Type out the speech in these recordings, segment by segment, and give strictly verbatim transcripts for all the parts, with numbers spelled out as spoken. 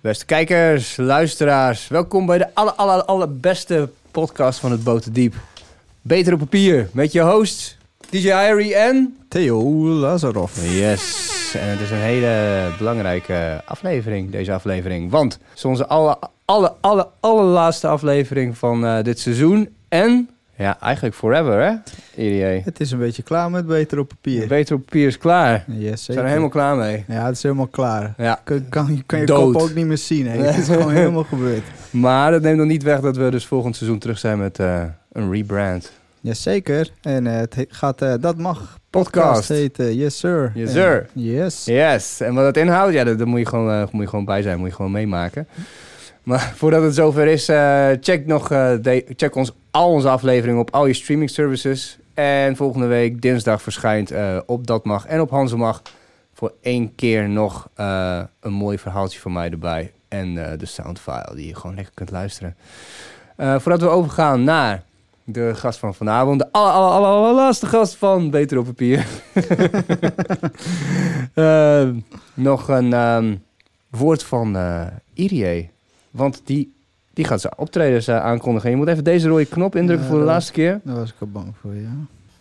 Beste kijkers, luisteraars, welkom bij de aller, aller, allerbeste podcast van het Boterdiep. Beter op papier, met je host D J Irie en Theo Lazarov. Yes, en het is een hele belangrijke aflevering, deze aflevering. Want het is onze alle, alle, alle, allerlaatste aflevering van uh, dit seizoen. En, ja, eigenlijk forever, hè, Irie? Het is een beetje klaar met Beter op papier. Beter op papier is klaar. Yes, We zeker. zijn er helemaal klaar mee. Ja, het is helemaal klaar. Ja. Kan, kan, kan je Dood. kop ook niet meer zien. Hè? Het is gewoon helemaal gebeurd. Maar dat neemt nog niet weg dat we dus volgend seizoen terug zijn met uh, een rebrand. Jazeker. En uh, het he- gaat uh, Dat Mag Podcast. heten. Yes, sir. Yes, En, sir. yes. Yes. En wat dat inhoudt, ja, daar, daar moet, je gewoon, uh, moet je gewoon bij zijn. Moet je gewoon meemaken. Maar voordat het zover is, uh, check, nog, uh, de, check ons, al onze afleveringen op al je streaming services. En volgende week dinsdag verschijnt uh, op Dat Mag en op Hanze Mag voor één keer nog uh, een mooi verhaaltje van mij erbij. En uh, de soundfile die je gewoon lekker kunt luisteren. Uh, voordat we overgaan naar de gast van vanavond. De aller, aller, aller, allerlaatste gast van Beter op Papier. uh, nog een um, woord van uh, Irie. Want die, die gaat zijn optredens uh, aankondigen. Je moet even deze rode knop indrukken Ja, voor de dat- laatste keer. Daar was ik al bang voor, ja.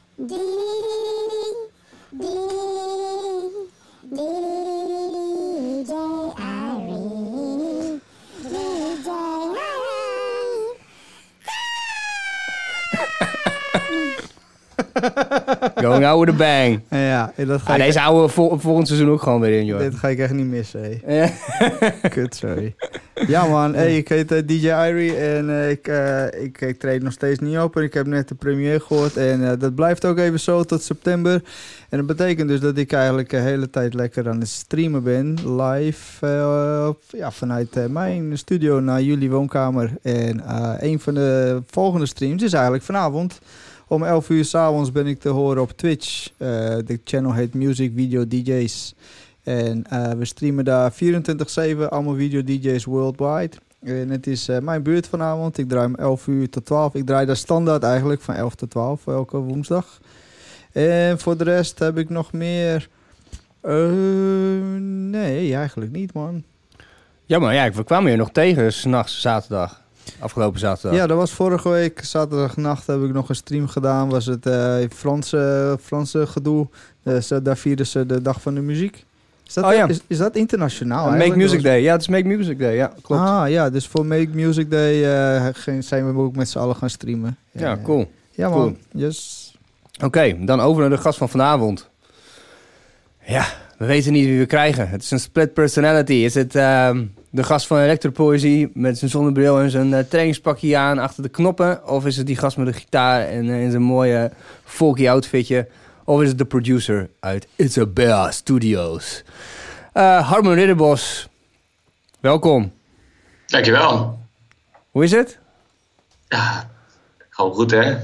Going out with a bang. En ja, en dat ga Ah, ik... deze houden we vol, volgend seizoen ook gewoon weer in, joh. Dit ga ik echt niet missen, hé. Ja. Kut, sorry. Ja man, hey, ik heet uh, D J Irie en uh, ik, uh, ik, ik treed nog steeds niet op en ik heb net de première gehoord en uh, dat blijft ook even zo tot september. En dat betekent dus dat ik eigenlijk de hele tijd lekker aan het streamen ben, live uh, op, ja, vanuit uh, mijn studio naar jullie woonkamer. En uh, een van de volgende streams is eigenlijk vanavond. Om elf uur 's avonds ben ik te horen op Twitch. Uh, de channel heet Music Video D J's. En uh, we streamen daar vierentwintig zeven, allemaal video-D J's worldwide. En het is uh, mijn beurt vanavond. Ik draai om elf uur tot twaalf. Ik draai daar standaard eigenlijk van elf tot twaalf elke woensdag. En voor de rest heb ik nog meer... Uh, nee, eigenlijk niet, man. Ja, maar ja, we kwamen je nog tegen, 's nachts zaterdag. Afgelopen zaterdag. Ja, dat was vorige week. Zaterdagnacht heb ik nog een stream gedaan. Was het uh, Franse, Franse gedoe. Dus, uh, daar vierden ze de Dag van de Muziek. Is dat, Oh, ja. is, is dat internationaal? Make eigenlijk? Music Dat was- Day. Ja, het is Make Music Day. Ja, klopt. Ah ja, dus voor Make Music Day uh, gaan- zijn we ook met z'n allen gaan streamen. ja, En, uh, cool. Ja man, Cool. yes. Oké, okay, dan over naar de gast van vanavond. Ja, we weten niet wie we krijgen. Het is een split personality. Is het uh, de gast van Electropoëzie met zijn zonnebril en zijn uh, trainingspakje aan achter de knoppen? Of is het die gast met de gitaar en uh, in zijn mooie folky outfitje? Of is het de producer uit Isabella Studios? Uh, Harmon Ridderbos, welkom. Dankjewel. Hoe is het? Ja, gewoon goed hè.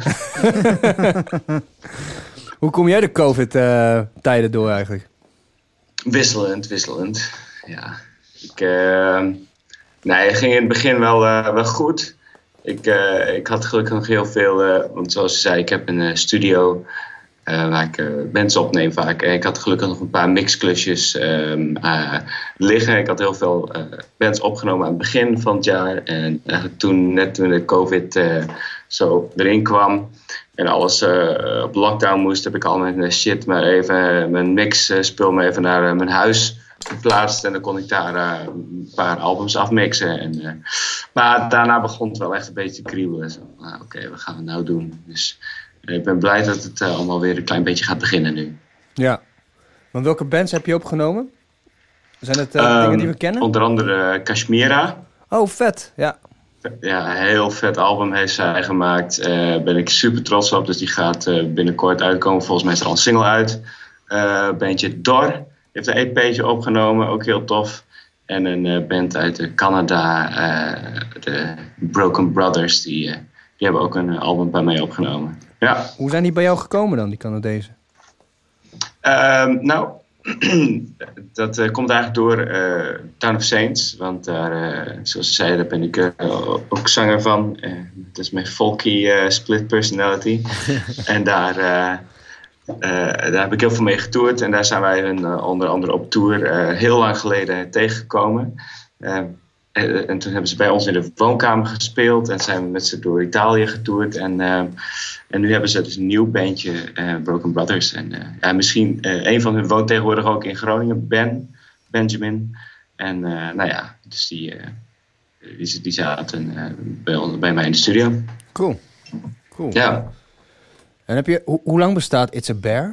Hoe kom jij de COVID-tijden door eigenlijk? Wisselend, wisselend. Ja, ik uh, nee, het ging in het begin wel, uh, wel goed. Ik, uh, ik had gelukkig nog heel veel, uh, want zoals je zei, ik heb een uh, studio uh, waar ik uh, mensen opneem vaak. En ik had gelukkig nog een paar mixklusjes um, uh, liggen. Ik had heel veel uh, bands opgenomen aan het begin van het jaar. En eigenlijk toen, net toen de COVID uh, zo erin kwam en alles uh, op lockdown moest, heb ik al mijn shit maar even, uh, mijn mix uh, spul maar even naar uh, mijn huis geplaatst. En dan kon ik daar uh, een paar albums afmixen. En, uh, maar daarna begon het wel echt een beetje te kriebelen. Ah, Oké, okay, wat gaan we nou doen? Dus uh, ik ben blij dat het uh, allemaal weer een klein beetje gaat beginnen nu. Ja. Want welke bands heb je opgenomen? Zijn het uh, Um, dingen die we kennen? Onder andere uh, Kashmira. Oh, vet. Ja. Ja, een heel vet album heeft zij gemaakt. Daar uh, ben ik super trots op. Dus die gaat uh, binnenkort uitkomen. Volgens mij is er al een single uit. Uh, bandje Dor heeft een E P'tje opgenomen. Ook heel tof. En een uh, band uit uh, Canada. Uh, de Broken Brothers. Die, uh, die hebben ook een uh, album bij mij opgenomen. Ja. Hoe zijn die bij jou gekomen dan, die Canadezen? Uh, nou... dat uh, komt eigenlijk door uh, Town of Saints. Want daar, uh, zoals ze zeiden, daar ben ik uh, ook zanger van. Uh, dat is mijn folky uh, split personality. En daar, uh, uh, daar heb ik heel veel mee getoerd. En daar zijn wij een, uh, onder andere op tour uh, heel lang geleden tegengekomen. Uh, En, en toen hebben ze bij ons in de woonkamer gespeeld en zijn we met ze door Italië getoerd. En, uh, en nu hebben ze dus een nieuw bandje, uh, Broken Brothers. En uh, ja, misschien uh, een van hun woont tegenwoordig ook in Groningen, Ben, Benjamin. En uh, nou ja, dus die, uh, die, die zaten uh, bij, bij mij in de studio. Cool. Cool. Ja. En heb je, ho- hoe lang bestaat It's a Bear?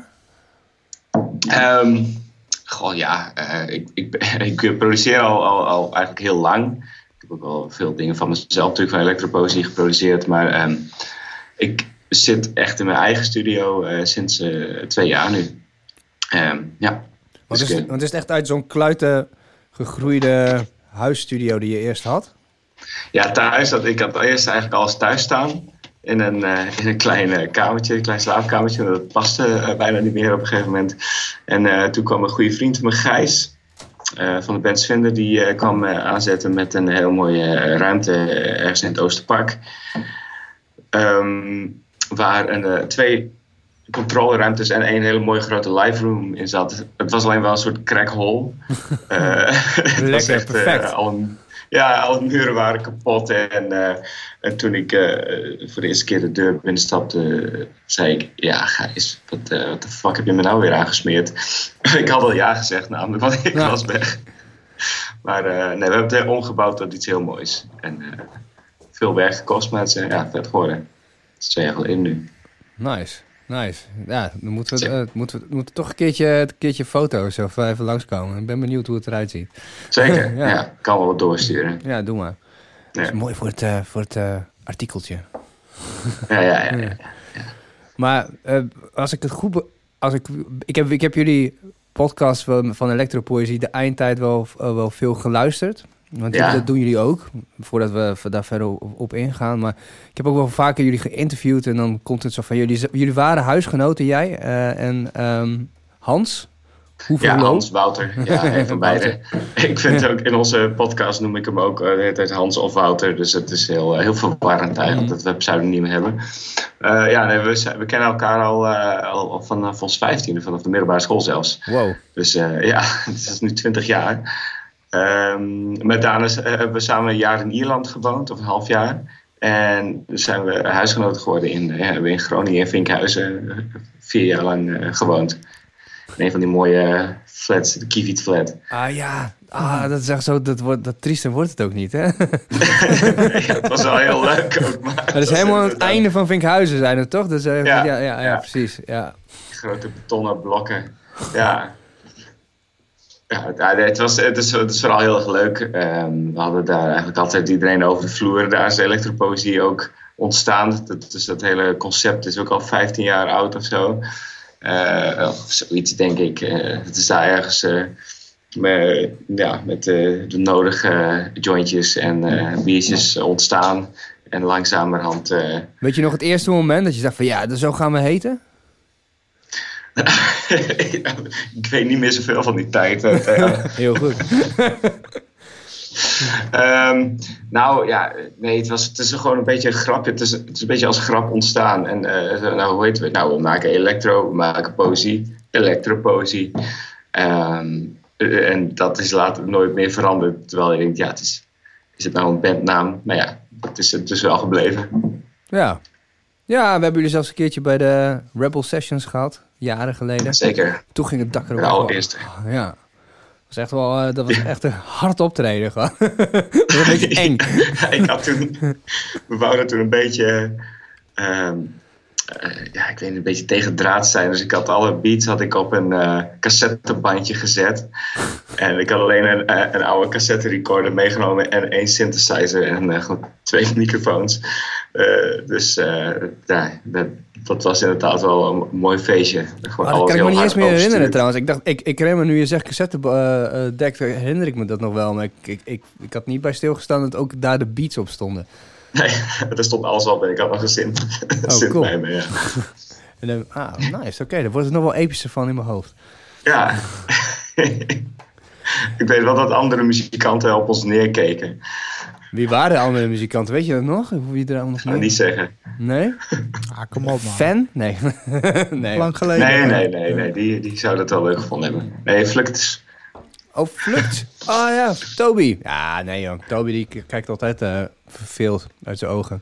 Um, goh, ja, uh, ik, ik, ik produceer al, al, al eigenlijk heel lang. Ik heb ook wel veel dingen van mezelf natuurlijk van Electropoëzie geproduceerd. Maar um, ik zit echt in mijn eigen studio uh, sinds uh, twee jaar nu. Um, ja. Want Dus is, ik, want is het echt uit zo'n kluiten gegroeide huisstudio die je eerst had? ja, thuis. Dat, ik had eerst eigenlijk alles thuis staan. In een, uh, in een klein uh, kamertje, een klein slaapkamertje. Dat paste uh, bijna niet meer op een gegeven moment. En uh, toen kwam een goede vriend van me, Gijs, uh, van de band Svender, die uh, kwam uh, aanzetten met een heel mooie uh, ruimte uh, ergens in het Oosterpark. Um, waar een, uh, twee controleruimtes en één hele mooie grote live room in zat. Het was alleen wel een soort crackhole. uh, het was echt, perfect. Uh, al een, ja, alle muren waren kapot. En, uh, en toen ik uh, voor de eerste keer de deur binnenstapte, uh, zei ik... Ja, Gijs, wat uh, de fuck heb je me nou weer aangesmeerd? Ik had al ja gezegd namelijk, want ik ja. was weg. Maar uh, nee, we hebben het uh, omgebouwd tot iets heel moois. En uh, veel werk gekost, maar het is uh, ja, vet geworden. Het is twee jaar geleden nu. Nice, nice. Ja, dan moeten we, uh, moeten we moeten toch een keertje, een keertje foto's of even langskomen. Ik ben benieuwd hoe het eruit ziet. Zeker, ja. ja. Ik kan wel wat doorsturen. Ja, doe maar. Dat is Ja. mooi voor het, uh, voor het uh, artikeltje. Ja, ja, ja. ja, ja. Maar uh, als ik het goed... Be- als ik, ik, heb, ik heb jullie podcast van, van Electropoëzie de eindtijd wel, uh, wel veel geluisterd. Want Ja. dat doen jullie ook, voordat we daar verder op, op ingaan. Maar ik heb ook wel vaker jullie geïnterviewd en dan komt het zo van... Jullie, jullie waren huisgenoten, jij uh, en um, Hans. Hoeveel Ja, Lo? Hans, Wouter. Ja, een van beide. Ik vind Ja. ook, in onze podcast noem ik hem ook uh, de hele tijd Hans of Wouter. Dus het is heel, uh, heel verwarrend eigenlijk dat we pseudoniemen hebben. Uh, ja, nee, we, zijn, we kennen elkaar al, uh, al, al vanaf ons vijftiende, vanaf de middelbare school zelfs. Wow. Dus uh, ja, het is nu twintig jaar. Um, met Daan is, uh, hebben we samen een jaar in Ierland gewoond, of een half jaar. En dus zijn we huisgenoten geworden in, uh, hebben we in Groningen, in Vinkhuizen, uh, vier jaar lang uh, gewoond. In een van die mooie flats, de Kieviet flat. Ah ja, ah, dat is echt zo, dat, wordt, dat triester wordt het ook niet, hè? Ja, het was wel heel leuk ook. Maar Dat is helemaal aan het einde van Vinkhuizen zijn het toch? Dus, uh, ja, Ja, ja, ja, ja, ja. precies. Ja. Grote betonnen blokken. Ja. Ja, het, ja, het, was, het, is, het is vooral heel erg leuk. Um, we hadden daar eigenlijk altijd iedereen over de vloer. Daar is Electropoëzie ook ontstaan. Dat, dus dat hele concept is ook al vijftien jaar oud of zo. Uh, of zoiets, denk ik. Uh, het is daar ergens uh, met, ja, met uh, de nodige jointjes en uh, biertjes ontstaan. En langzamerhand... Uh... Weet je nog het eerste moment dat je dacht van ja, zo gaan we heten? Ik weet niet meer zoveel van die tijd. Heel goed. um, nou ja, nee, het, was, het is gewoon een beetje een grapje. Het is, het is een beetje als grap ontstaan. En uh, nou, hoe heet het? Nou, we maken electro, we maken poëzie, Electropoëzie. Um, en dat is later nooit meer veranderd. Terwijl je denkt, ja, het is, is het nou een bandnaam? Maar ja, het is het dus wel gebleven. Ja. Ja, we hebben jullie zelfs een keertje bij de Rebel Sessions gehad. Jaren geleden. Zeker. Toen ging het dak erop. De allereerste. Ja. Dat was echt wel uh, dat was echt een hard optreden. Gewoon. Dat was een beetje eng. Ja, ik had toen... We wouden toen een beetje... Um, uh, ja, ik weet niet, een beetje tegen draad zijn. Dus ik had alle beats had ik op een uh, cassettebandje gezet. En ik had alleen een, uh, een oude cassette recorder meegenomen en één synthesizer en uh, gewoon twee microfoons. Uh, dus uh, ja, dat, dat was inderdaad wel een mooi feestje. Oh, dat kan ik me niet eens meer herinneren trouwens. Ik dacht, ik, ik herinner me nu je zegt cassettedek, uh, uh, herinner ik me dat nog wel. Maar ik, ik, ik, ik had niet bij stilgestaan dat ook daar de beats op stonden. Nee, er stond alles op en ik had nog een synth, oh, synth cool. bij me. Ja. En dan, ah, nice, oké. Okay, daar wordt het nog wel epischer van in mijn hoofd. Ja. Ik weet wel dat andere muzikanten op ons neerkeken. Wie waren de andere muzikanten? Weet je dat nog? Wie er nog Ik ga niet zeggen. Nee? Ah, kom op man. Fan? Nee. nee. Lang geleden. Nee, nee, nee, nee. Die, die zou dat wel leuk gevonden hebben. Nee, Fluctus. Oh, Flukt. Oh ja, Toby. Ja, nee joh. Toby die k- kijkt altijd uh, verveeld uit zijn ogen.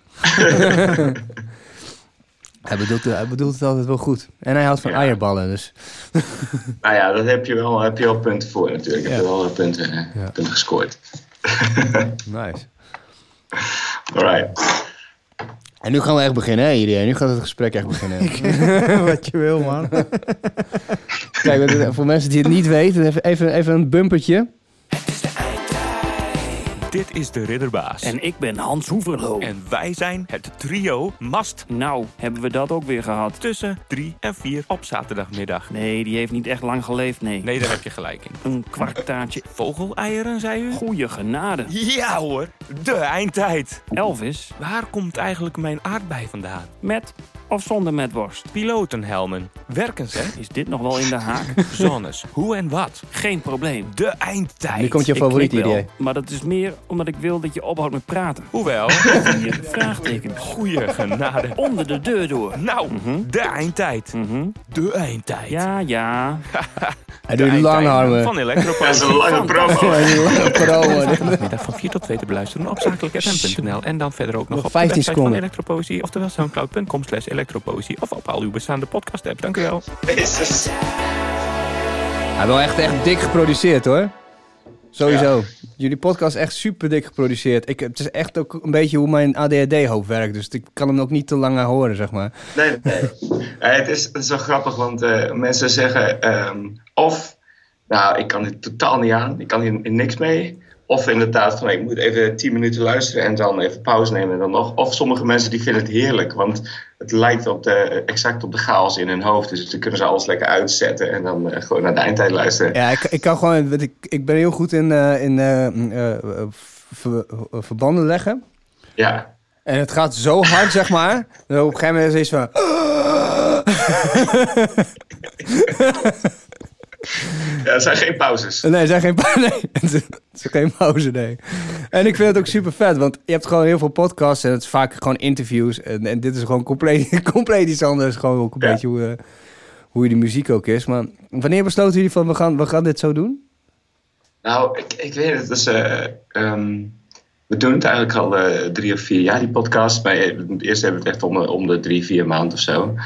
hij, bedoelt, hij bedoelt het altijd wel goed. En hij houdt van ja. eierballen, dus... nou ja, daar heb je wel, heb je wel punten voor natuurlijk. Ik ja. heb je wel punten, uh, ja. punten gescoord. Nice. Alright. En nu gaan we echt beginnen, hè, iedereen? Nu gaat het gesprek echt beginnen. Wat je wil, man. Kijk, voor mensen die het niet weten, even, even, even een bumpertje. Dit is de Ridderbaas. En ik ben Hans Hoeverlo. En wij zijn het trio Mast. Nou, hebben we dat ook weer gehad. Tussen drie en vier op zaterdagmiddag. Nee, die heeft niet echt lang geleefd, nee. Nee, daar heb je gelijk in. Een kwartaartje. Vogeleieren, zei u? Goeie genade. Ja hoor, de eindtijd. Elvis. Waar komt eigenlijk mijn aardbei vandaan? Met of zonder metworst? Pilotenhelmen. Werken ze? Is dit nog wel in de haak? Zones. Hoe en wat? Geen probleem. De eindtijd. Nu komt je Ik favoriete knik wel, idee. Maar dat is meer omdat ik wil dat je ophoudt met praten. Hoewel. Vier vraagtekens. Goeie genade. Onder de deur door. Nou, Mm-hmm. de eindtijd. Mm-hmm. De eindtijd. Ja, ja. Hij doet lang armen. Van Electropolis. Dat is een lange promo. Lange promo. Middag van vier tot twee te beluisteren op zakelijk f m punt n l. En dan verder ook nog, Nog op de vijftien website van seconden. Electropoëzie, oftewel soundcloud punt com slash electropoëzie of op al uw bestaande podcast app. Dank u wel. Jezus. Hij wel echt, echt dik geproduceerd, hoor. Sowieso. Ja. Jullie podcast is echt super dik geproduceerd. Ik, het is echt ook een beetje hoe mijn A D H D-hoofd werkt. Dus ik kan hem ook niet te lang horen, zeg maar. Nee, nee. uh, het, is, het is wel grappig, want uh, mensen zeggen... Um, of, nou, ik kan dit totaal niet aan. Ik kan hier niks mee. Of inderdaad van, ik moet even tien minuten luisteren en dan even pauze nemen en dan nog. Of sommige mensen die vinden het heerlijk, want het lijkt op de, exact op de chaos in hun hoofd. Dus dan kunnen ze alles lekker uitzetten en dan uh, gewoon naar de eindtijd luisteren. Ja, ik, ik kan gewoon, ik, ik ben heel goed in, uh, in uh, uh, ver, uh, verbanden leggen. Ja. En het gaat zo hard, zeg maar. Dat op een gegeven moment is het van... Ja, er zijn geen pauzes. Nee, er zijn geen, pa- nee, het is geen pauze, nee. En ik vind het ook super vet, want je hebt gewoon heel veel podcasts en het is vaak gewoon interviews. En, en dit is gewoon compleet, compleet iets anders. Gewoon ook een ja. beetje hoe, uh, hoe je de muziek ook is. Maar wanneer besloten jullie van, we gaan, we gaan dit zo doen? Nou, ik, ik weet het. Dus, uh, um, we doen het eigenlijk al uh, drie of vier jaar, die podcast. Maar eerst hebben we het echt om, om de drie, vier maanden of zo.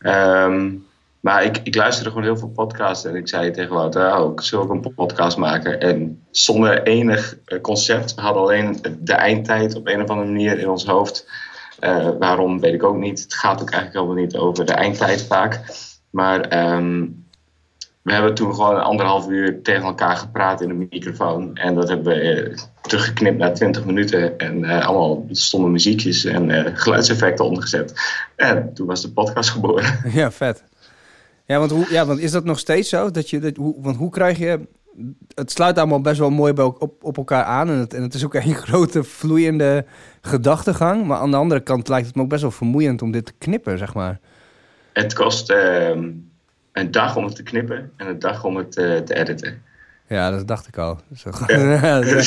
Um, Maar ik, ik luisterde gewoon heel veel podcasts en ik zei tegen Wouter, oh, ik zal ook een podcast maken. En zonder enig concept, we hadden alleen de eindtijd op een of andere manier in ons hoofd. Uh, waarom, weet ik ook niet. Het gaat ook eigenlijk helemaal niet over de eindtijd vaak. Maar um, we hebben toen gewoon anderhalf uur tegen elkaar gepraat in de microfoon. En dat hebben we uh, teruggeknipt naar twintig minuten. En uh, allemaal stomme muziekjes en uh, geluidseffecten ondergezet. En toen was de podcast geboren. Ja, vet. Ja, want, hoe, ja, want is dat nog steeds zo? Dat je, dat, hoe, want hoe krijg je... Het sluit allemaal best wel mooi bij, op, op elkaar aan. En het, en het is ook een grote vloeiende gedachtegang. Maar aan de andere kant lijkt het me ook best wel vermoeiend om dit te knippen, zeg maar. Het kost uh, een dag om het te knippen en een dag om het uh, te editen. Ja, dat dacht ik al. Zo. Ja. ja.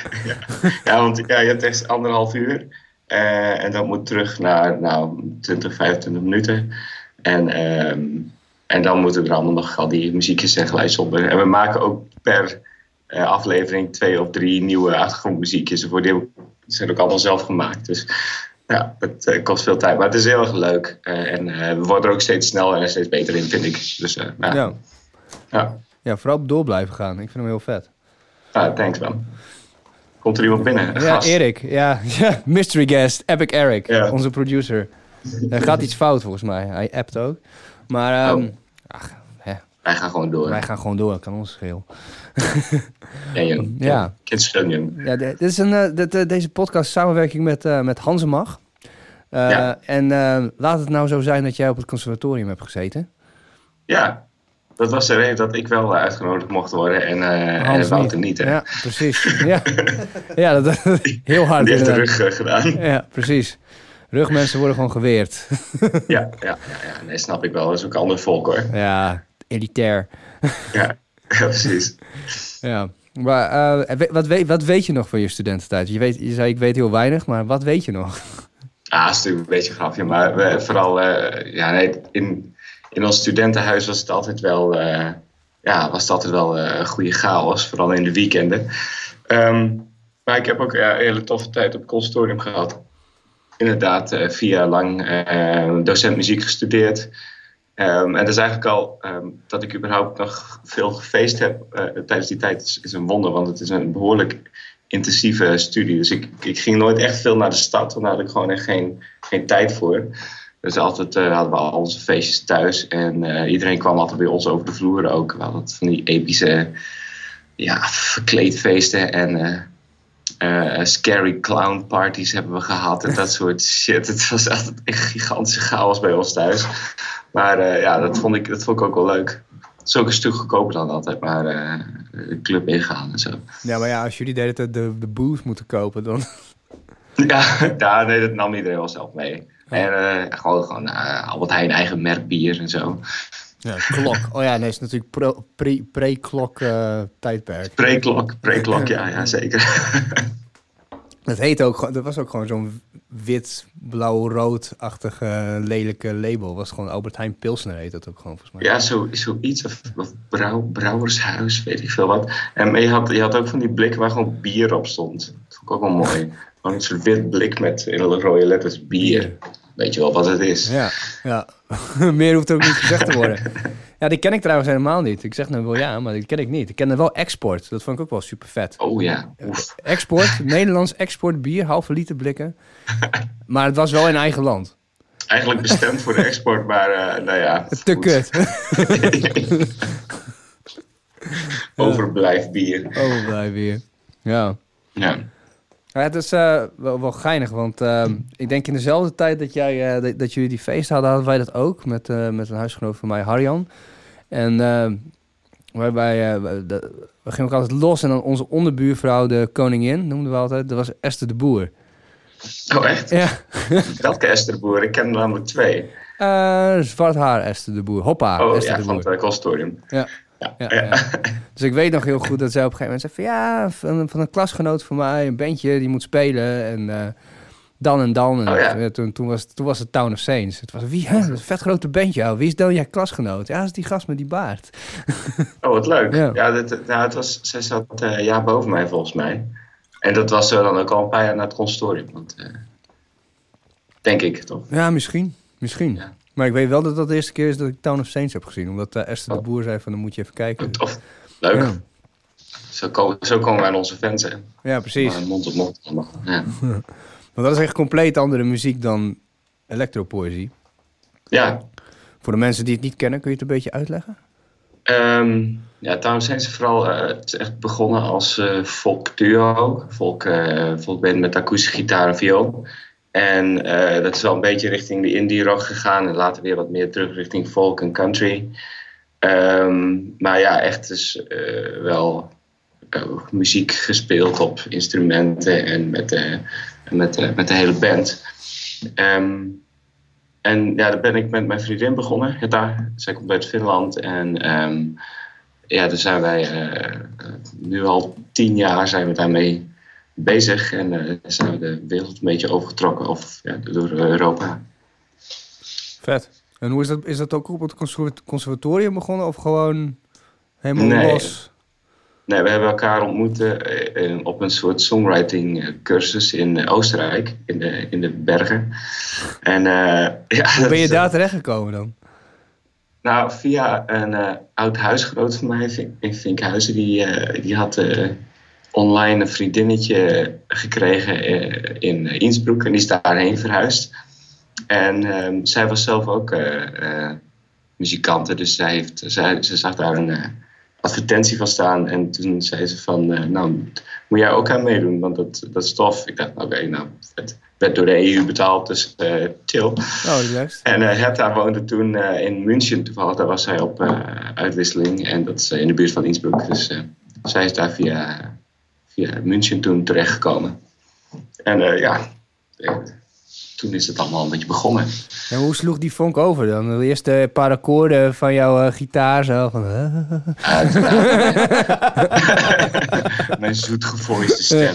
ja, want ja, je hebt echt anderhalf uur. Uh, en dat moet terug naar nou, twintig, vijfentwintig minuten. En... Um, En dan moeten er allemaal nog al die muziekjes en geluidjes op. En we maken ook per uh, aflevering twee of drie nieuwe achtergrondmuziekjes. Voor die zijn ook allemaal zelf gemaakt. Dus ja, het uh, kost veel tijd. Maar het is heel erg leuk. Uh, en uh, we worden er ook steeds sneller en steeds beter in, vind ik. Dus uh, ja. Ja. Ja. ja, vooral door blijven gaan. Ik vind hem heel vet. Ah, thanks man. Komt er iemand binnen? Een ja, gast. Erik. Ja, ja, mystery guest. Epic Eric. Ja. Onze producer. Er gaat iets fout volgens mij. Hij appt ook. Maar um, oh. ach, hè. Wij gaan gewoon door. Wij gaan gewoon door, kan ons schelen. Ja, jong. Ja. Kids fun, jong. Ja, dit is een, uh, dit, uh, deze podcast samenwerking met, uh, met Hansemag. Uh, ja. En uh, laat het nou zo zijn dat jij op het conservatorium hebt gezeten. Ja, dat was de reden dat ik wel uitgenodigd mocht worden en, uh, en Wouter niet. Hè? Ja, precies. Ja, ja dat, heel hard. Die heeft de inderdaad. rug uh, gedaan. Ja, precies. Rugmensen worden gewoon geweerd. ja, ja, ja, ja, nee, snap ik wel. Dat is ook een ander volk, hoor. Ja, elitair. ja, ja, precies. Ja, maar uh, wat, weet, wat weet je nog van je studententijd? Je, weet, je zei, ik weet heel weinig, maar wat weet je nog? Ah, dat is natuurlijk een beetje een grapje, maar we, vooral uh, ja, nee, in, in ons studentenhuis was het altijd wel... Uh, ja, was het altijd wel uh, een goede chaos, vooral in de weekenden. Um, maar ik heb ook ja, een hele toffe tijd op het conservatorium gehad. Inderdaad, uh, vier jaar lang uh, docent muziek gestudeerd. Um, en dat is eigenlijk al um, dat ik überhaupt nog veel gefeest heb uh, tijdens die tijd is, is een wonder, want het is een behoorlijk intensieve studie. Dus ik, ik ging nooit echt veel naar de stad, want daar had ik gewoon echt geen, geen tijd voor. Dus altijd uh, hadden we al onze feestjes thuis en uh, iedereen kwam altijd bij ons over de vloer ook. We hadden van die epische ja, verkleedfeesten en uh, uh, scary clown parties hebben we gehad en dat soort shit. Het was echt een gigantische chaos bij ons thuis. Maar uh, ja, dat vond, ik, dat vond ik ook wel leuk. Het is ook een stuk goedkoper dan altijd, maar uh, de club ingaan en zo. Ja, maar ja, als jullie de hele tijd de, de booze moeten kopen, dan... Ja, ja, nee, dat nam iedereen wel zelf mee. En uh, gewoon, gewoon uh, Albert Heijn eigen merk bier en zo. Ja, klok. Oh ja, nee, het is natuurlijk pro, pre, pre-klok uh, tijdperk. Pre-klok, pre-klok, ja, ja, zeker. Dat heet ook, dat was ook gewoon zo'n wit, blauw, rood-achtige lelijke label. Was gewoon Albert Heijn Pilsner heet dat ook gewoon volgens mij. Ja, zo, zoiets. Of, of brouw, brouwershuis, weet ik veel wat. En je had, je had ook van die blikken waar gewoon bier op stond. Dat vond ik ook wel mooi. Gewoon een soort wit blik met in rode letters bier. Weet je wel wat het is. Ja, ja. Meer hoeft ook niet gezegd te worden. Ja, die ken ik trouwens helemaal niet. Ik zeg nou wel ja, maar die ken ik niet. Ik ken wel Export. Dat vond ik ook wel super vet. Oh ja. Oef. Export, Nederlands Export bier, halve liter blikken. Maar het was wel in eigen land. Eigenlijk bestemd voor de export, maar uh, nou ja. Te goed. Kut. Overblijf bier. Overblijf bier. Ja. Ja. Ja, het is uh, wel, wel geinig, want uh, ik denk in dezelfde tijd dat, jij, uh, dat, dat jullie die feest hadden, hadden wij dat ook met, uh, met een huisgenoot van mij, Harjan. En uh, waarbij, uh, we, we gingen ook altijd los en dan onze onderbuurvrouw, de koningin, noemden we altijd, dat was Esther de Boer. Oh echt? Ja. Welke Esther de Boer? Ik ken er namelijk twee. Uh, zwart haar Esther de Boer, hoppa Oh Esther ja, de van Boer. het conservatorium. Ja. Ja. Ja, Ja. ja. Dus ik weet nog heel goed dat zij op een gegeven moment zei van ja, van, van een klasgenoot van mij, een bandje die moet spelen en uh, dan en dan. En oh, ja. toen, toen, was, toen was het Town of Saints. Het was wie? Hè? Dat is een vet grote bandje. Oh. Wie is dan jouw klasgenoot? Ja, dat is die gast met die baard. Oh, wat leuk. Ja. Ja, dit, nou, het was, zij zat uh, een jaar boven mij volgens mij. En dat was uh, dan ook al een paar jaar na het conservatorium. Want, uh, denk ik, toch? Ja, misschien. Misschien. Ja. Maar ik weet wel dat dat de eerste keer is dat ik Town of Saints heb gezien. Omdat uh, Esther oh. de Boer zei van dan moet je even kijken. Tof. Leuk. Ja. Zo, komen, zo komen wij aan onze fans, hè. Ja, precies. Maar mond op mond. Ja. Want dat is echt compleet andere muziek dan electropoëzie. Ja. Voor de mensen die het niet kennen, kun je het een beetje uitleggen? Um, ja, trouwens zijn ze vooral uh, het is echt begonnen als uh, folk duo. Folk, uh, folkband met akoestische gitaar en viool. En uh, dat is wel een beetje richting de indie rock gegaan. En later weer wat meer terug richting folk en country. Um, maar ja, echt dus uh, wel uh, muziek gespeeld op instrumenten en met, uh, met, uh, met de hele band. Um, en ja, daar ben ik met mijn vriendin begonnen. Ja, daar, zij komt uit Finland. En um, ja, daar zijn wij uh, nu al tien jaar zijn we daarmee bezig. En uh, zijn we de wereld een beetje overgetrokken of, ja, door Europa. Vet. En hoe is dat? Is dat ook op het conservatorium begonnen of gewoon helemaal nee. los? Nee, we hebben elkaar ontmoet uh, op een soort songwriting cursus in Oostenrijk, in de, in de bergen. En, uh, ja, Hoe ben je is, daar terechtgekomen dan? Nou, via een uh, oud huisgenoot van mij in Vinkhuizen. Die, uh, die had uh, online een vriendinnetje gekregen uh, in Innsbruck en die is daarheen verhuisd. En uh, zij was zelf ook uh, uh, muzikante, dus zij, heeft, zij, ze zag daar een... Uh, advertentie van staan en toen zei ze van, uh, nou, moet jij ook aan meedoen, want dat, dat is tof. Ik dacht, oké, okay, nou, het werd door de E U betaald, dus uh, chill. Oh, relaxed. En uh, Herta woonde toen uh, in München toevallig, daar was zij op uh, uitwisseling en dat is uh, in de buurt van Innsbruck. Dus uh, zij is daar via, via München toen terechtgekomen. En uh, ja, uh, toen is het allemaal een beetje begonnen. En hoe sloeg die vonk over dan? De eerste paar akkoorden van jouw uh, gitaar zo van... Mijn zoetgevoiste stem.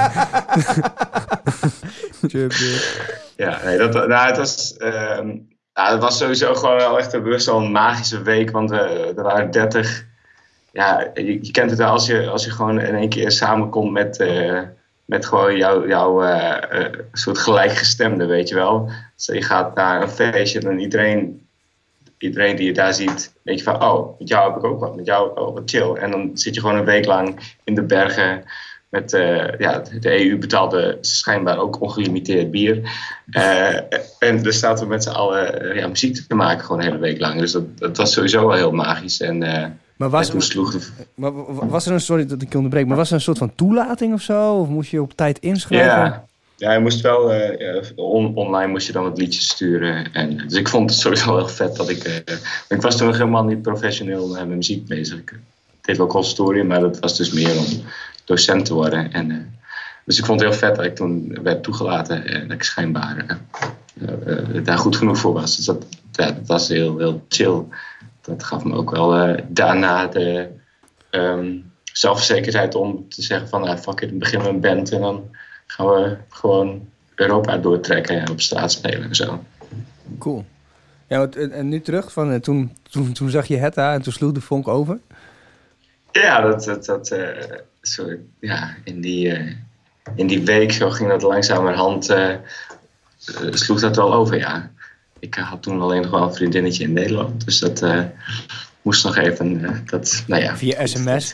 Ja, nee, dat, nou, het was... Uh, Nou, het was sowieso gewoon wel echt een, best wel een magische week, want uh, er waren dertig... Ja, je, je kent het wel als je, als je gewoon in één keer samenkomt met, uh, met gewoon jouw jou, uh, uh, soort gelijkgestemde, weet je wel. Dus je gaat naar een feestje en iedereen, iedereen die je daar ziet, weet je van, oh, met jou heb ik ook wat, met jou heb ik ook wat chill. En dan zit je gewoon een week lang in de bergen met, uh, ja, de E U betaalde schijnbaar ook ongelimiteerd bier. Uh, en dan staat we met z'n allen uh, ja, muziek te maken gewoon een hele week lang. Dus dat, dat was sowieso wel heel magisch. En, uh, maar was, en toen sloeg de... maar was er een, sorry dat ik je onderbreek, maar was er een soort van toelating of zo? Of moest je op tijd inschrijven? Ja, ja je moest wel, uh, ja, on, online moest je dan wat liedjes sturen. En, dus ik vond het sowieso wel heel vet dat ik... Uh, ik was toen nog helemaal niet professioneel met muziek bezig. Ik deed wel conservatorium, maar dat was dus meer om docent te worden. En, uh, dus ik vond het heel vet dat ik toen werd toegelaten en dat ik schijnbaar uh, uh, daar goed genoeg voor was. Dus dat, ja, dat was heel, heel chill. Dat gaf me ook wel uh, daarna de um, zelfverzekerdheid om te zeggen van, ah, fuck it, dan beginnen we een band en dan gaan we gewoon Europa doortrekken en op straat spelen en zo. Cool. Ja, wat, en nu terug, van, uh, toen, toen, toen zag je Hetta en toen sloeg de vonk over? Ja, dat, dat, dat uh, zo, ja, in die, uh, in die week zo ging dat langzamerhand, uh, uh, sloeg dat wel over, ja. Ik had toen alleen nog wel een vriendinnetje in Nederland. Dus dat uh, moest nog even... Uh, dat, nou ja. Via sms?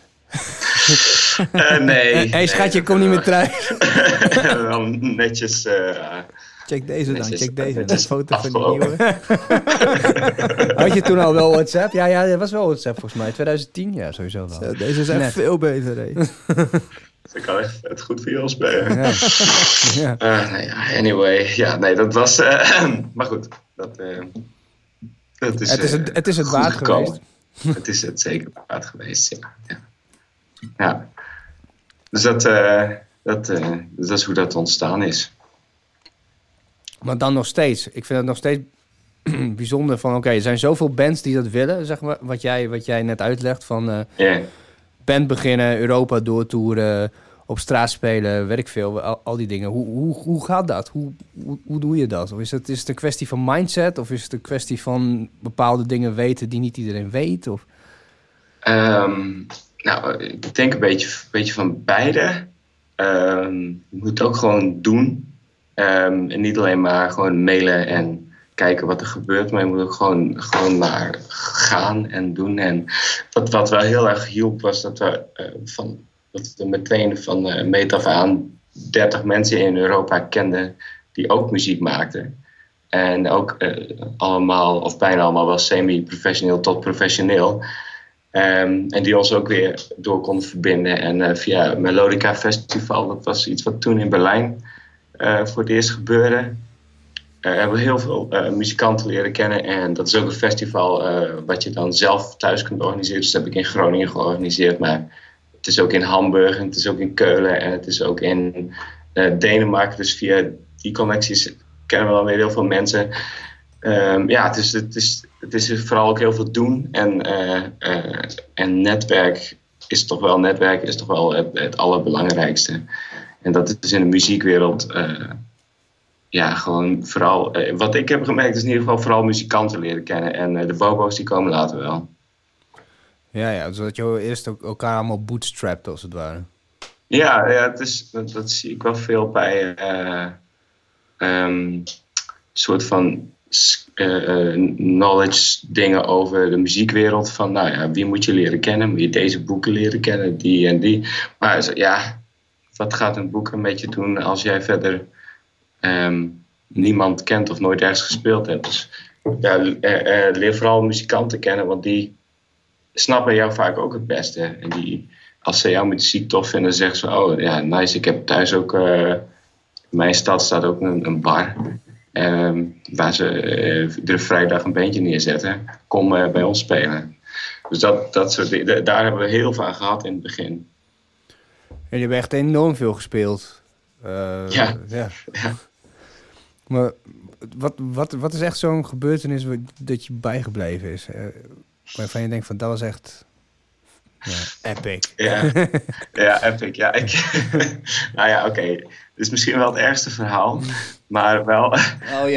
uh, nee. Hé hey, schatje, nee, kom niet meer thuis. Wel netjes... Uh, check deze dan, netjes, check deze. Dat is foto van de nieuwe. Had je toen al wel WhatsApp? Ja, ja, dat was wel WhatsApp volgens mij. twintig tien, ja, sowieso wel. Zo, deze is echt Net. veel beter, hè. Ik kan echt het goed voor jou spelen. Ja. Ja. Uh, nou ja, anyway. Ja, nee, dat was... Uh, maar goed, dat, uh, dat is... Het is het, uh, het, is het waard gekomen. geweest. Het is het zeker waard geweest, ja. Ja. ja. Dus dat, uh, dat, uh, dat is hoe dat ontstaan is. Maar dan nog steeds. Ik vind het nog steeds bijzonder van... Oké, okay, er zijn zoveel bands die dat willen, zeg maar. Wat jij, wat jij net uitlegt van... Uh, yeah. Band beginnen, Europa doortoeren, op straat spelen, weet ik veel, al, al die dingen. Hoe, hoe, hoe gaat dat? Hoe, hoe, hoe doe je dat? Of is het, is het een kwestie van mindset? Of is het een kwestie van bepaalde dingen weten die niet iedereen weet? Of? Um, nou, ik denk een beetje, een beetje van beide. Um, je moet het ook gewoon doen. Um, en niet alleen maar gewoon mailen en kijken wat er gebeurt, maar je moet ook gewoon, gewoon maar gaan en doen. En wat, wat wel heel erg hielp was dat we, uh, van, dat we meteen van uh, meet af aan dertig mensen in Europa kenden die ook muziek maakten. En ook uh, allemaal, of bijna allemaal wel semi-professioneel tot professioneel. Um, en die ons ook weer door konden verbinden. En uh, via Melodica Festival, dat was iets wat toen in Berlijn uh, voor het eerst gebeurde. Uh, hebben we heel veel uh, muzikanten leren kennen. En dat is ook een festival uh, wat je dan zelf thuis kunt organiseren. Dus dat heb ik in Groningen georganiseerd. Maar het is ook in Hamburg en het is ook in Keulen en het is ook in uh, Denemarken. Dus via die connecties kennen we dan weer heel veel mensen. Um, ja, het is, het, is, het is vooral ook heel veel doen. En, uh, uh, en netwerk is toch wel, netwerk is toch wel het, het allerbelangrijkste. En dat is in de muziekwereld... Uh, Ja, gewoon vooral... Eh, wat ik heb gemerkt is in ieder geval vooral muzikanten leren kennen. En uh, de bobo's die komen later wel. Ja, ja, zodat je eerst ook elkaar allemaal bootstrapt als het ware. Ja, ja het is, dat, dat zie ik wel veel bij... Uh, um, soort van uh, knowledge dingen over de muziekwereld. Van, nou ja, wie moet je leren kennen? Moet je deze boeken leren kennen? Die en die. Maar ja, wat gaat een boek een beetje doen als jij verder... Um, niemand kent of nooit ergens gespeeld hebt. Dus ja, uh, uh, leer vooral muzikanten kennen, want die snappen jou vaak ook het beste. En die, als ze jouw muziek tof vinden, zeggen ze: oh ja, nice, ik heb thuis ook... Uh, in mijn stad staat ook een, een bar. Um, waar ze uh, iedere vrijdag een bandje neerzetten. Kom uh, bij ons spelen. Dus dat, dat soort dingen, daar hebben we heel veel aan gehad in het begin. En jullie hebben echt enorm veel gespeeld. Uh, ja. ja. ja. Maar wat, wat, wat is echt zo'n gebeurtenis dat je bijgebleven is? Uh, waarvan je denkt van dat was echt ja, epic. Ja, ja epic. Ja, ik, nou ja, oké. Okay. Dit is misschien wel het ergste verhaal, maar wel... Oh yes.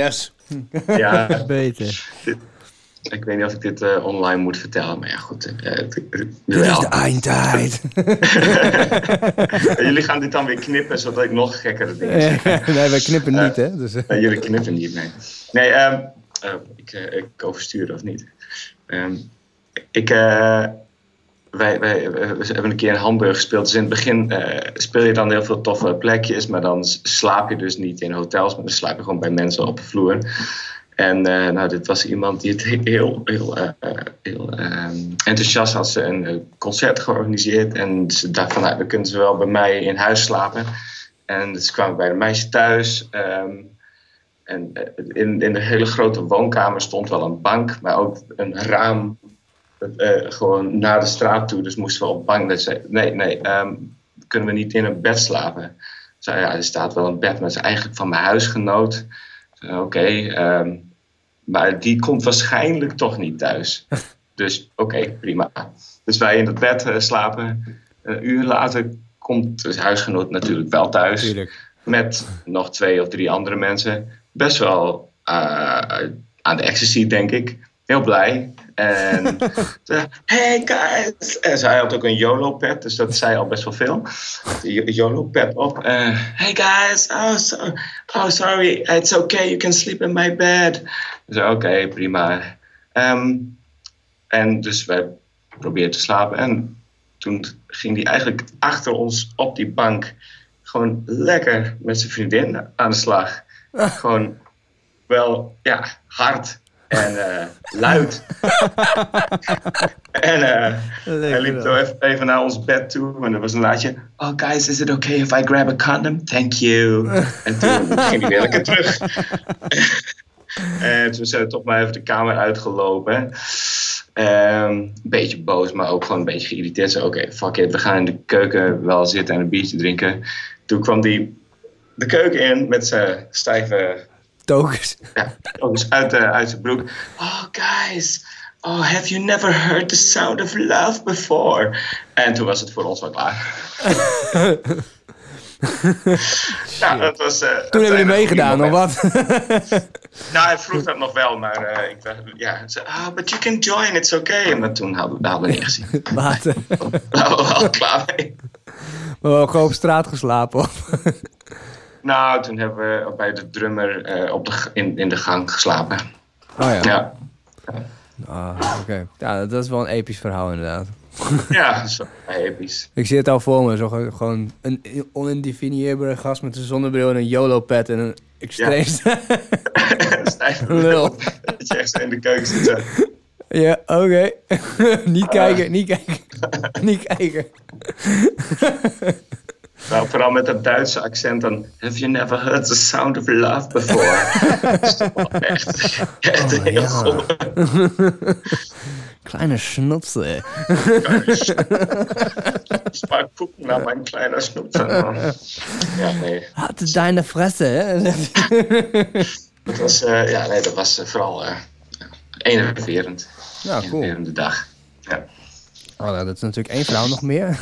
Ja, Beter. ik weet niet of ik dit uh, online moet vertellen, maar ja, goed. Uh, het, het, Dit is de eindtijd. Jullie gaan dit dan weer knippen, zodat ik nog gekkere dingen zeg. Nee, wij knippen niet, uh, hè? Dus, uh. nee, jullie knippen niet, nee. Nee, um, uh, ik, uh, ik overstuur of niet. Um, ik, uh, wij, wij we hebben een keer in Hamburg gespeeld. Dus in het begin uh, speel je dan heel veel toffe plekjes, maar dan slaap je dus niet in hotels, maar dan slaap je gewoon bij mensen op de vloer. En uh, nou, dit was iemand die het heel, heel, uh, heel uh, enthousiast had. Ze een concert georganiseerd. En ze dacht van, nou, dan kunnen ze wel bij mij in huis slapen. En dus kwamen bij de meisje thuis. Um, en in, in de hele grote woonkamer stond wel een bank. Maar ook een raam. Uh, gewoon naar de straat toe. Dus moesten we op bank. Dus zei, nee, nee, um, kunnen we niet in een bed slapen? Zei, ja, er staat wel een bed. Maar het is eigenlijk van mijn huisgenoot. Oké, okay, um, maar die komt waarschijnlijk toch niet thuis. Dus oké, okay, prima. Dus wij in het bed uh, slapen. Een uur later komt de huisgenoot natuurlijk wel thuis. Tuurlijk. Met nog twee of drie andere mensen. Best wel uh, aan de ecstasy, denk ik. Heel blij. En zei, hey guys. En zij had ook een YOLO-pad, dus dat zei al best wel veel. De YOLO-pad op. Uh, hey guys. Oh, so, oh, sorry. It's okay. You can sleep in my bed. Dus oké, okay, prima. Um, en dus wij probeerden te slapen. En toen ging hij eigenlijk achter ons op die bank gewoon lekker met zijn vriendin aan de slag. Gewoon wel, ja, hard. En uh, luid. en uh, hij liep zo even, even naar ons bed toe. En er was een laatje. Oh guys, is it okay if I grab a condom? Thank you. En toen ging hij weer lekker terug. En toen zijn we toch maar even de kamer uitgelopen. Um, een beetje boos, maar ook gewoon een beetje geïrriteerd. Oké, okay, fuck it, we gaan in de keuken wel zitten en een biertje drinken. Toen kwam hij de keuken in met zijn stijve... Tokens. Ja, tokens uit, uh, uit zijn broek. Oh, guys. Oh, have you never heard the sound of love before? En toen was het voor ons wel klaar. nou, dat was, uh, toen hebben jullie meegedaan, of wat? nou, hij vroeg dat nog wel, maar uh, ik dacht, ja, hij zei, oh, but you can join, it's okay. Maar toen hadden we, hadden we niet gezien. Later. Daar waren we al klaar mee. We hebben gewoon op straat geslapen, of? Nou, toen hebben we bij de drummer uh, op de, in, in de gang geslapen. Oh ja. Ja. Ah, oké. Okay. Ja, dat is wel een episch verhaal inderdaad. Ja, dat is wel episch. Ik zie het al voor me. Zo gewoon een onindefinieerbare gast met een zonnebril en een YOLO-pad en een extreem... Ja. Stijve lul. Dat je echt in de keuken zit zo. Ja, oké. Okay. niet kijken, uh. niet kijken. niet kijken. Nou, vooral met dat Duitse accent dan... Have you never heard the sound of love before? Dat is toch wel echt, echt oh, heel ja. goed. Kleine Schnutze. Spaar gucken naar mijn kleine Schnutze. Ja, nee. Had deine Fresse, hè? dat was, uh, ja, nee, dat was uh, vooral uh, enerverend. Ja, cool. Enerverende dag. Ja. Oh, dat is natuurlijk één vrouw nog meer.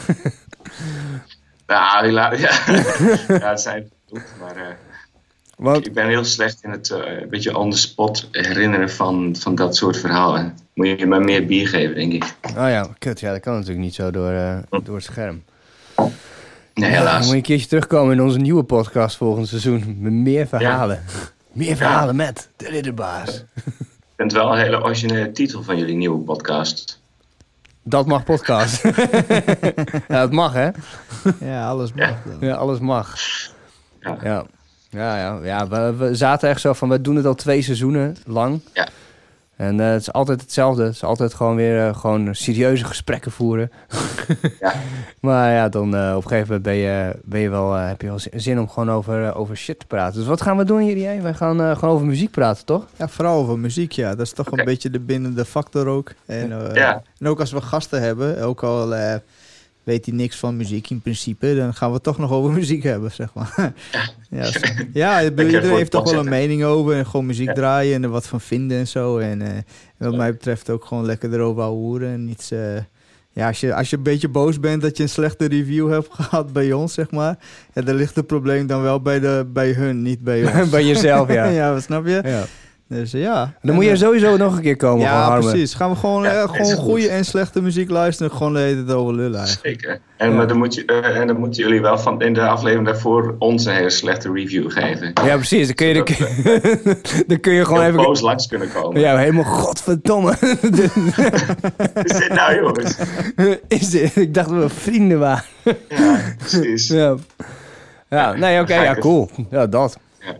Nou, ja, ja. ja, het zijn goed, maar uh, Wat? ik ben heel slecht in het uh, een beetje on the spot herinneren van, van dat soort verhalen. Moet je me meer bier geven, denk ik. Oh ja, kut, ja, dat kan natuurlijk niet zo door, uh, door het scherm. Nee, helaas. Ja, dan moet je een keertje terugkomen in onze nieuwe podcast volgend seizoen. Met meer verhalen. Ja. Meer verhalen ja. met de Ridderbaas. Ik vind het wel een hele originele titel van jullie nieuwe podcast. Dat mag podcast. ja, het mag, hè? Ja, alles mag. Ja, ja alles mag. Ja, ja, ja, ja, ja we, we zaten echt zo van, we doen het al twee seizoenen lang. Ja. En uh, het is altijd hetzelfde. Het is altijd gewoon weer uh, gewoon serieuze gesprekken voeren. ja. Maar ja, dan uh, op een gegeven moment ben je, ben je wel, uh, heb je wel zin om gewoon over, uh, over shit te praten. Dus wat gaan we doen hier? Wij gaan uh, gewoon over muziek praten, toch? Ja, vooral over muziek, ja. Dat is toch okay. een beetje de bindende factor ook. En, uh, ja. en ook als we gasten hebben, ook al uh, weet hij niks van muziek in principe, dan gaan we het toch nog over muziek hebben, zeg maar. ja, so, ja iedereen heeft toch wel een mening over en gewoon muziek ja. draaien en er wat van vinden en zo. En, uh, en wat mij betreft ook gewoon lekker erover houden en iets... Uh, Ja, als je, als je een beetje boos bent dat je een slechte review hebt gehad bij ons, zeg maar. Ja, dan ligt het probleem dan wel bij, de, bij hun, niet bij ons. Bij jezelf, ja. ja, wat snap je? Ja. Dus uh, ja. Dan moet je en, sowieso nog een keer komen. Ja, van Harmen. precies. Gaan we gewoon, Ja, uh, is gewoon goed. goede en slechte muziek luisteren. Gewoon de hele tijd over lullen eigenlijk. Zeker. En, maar dan moet je, uh, en dan moeten jullie wel van in de aflevering daarvoor ons een hele slechte review geven. Ja, precies. Dan kun je, dan kun je, dan kun je gewoon Heel even... boos langs kunnen komen. Ja, helemaal godverdomme. Wat is dit nou, jongens? Is dit? Ik dacht dat we vrienden waren. Ja, precies. Ja, ja nee, oké, okay, ja, cool. Ja, dat. Ja.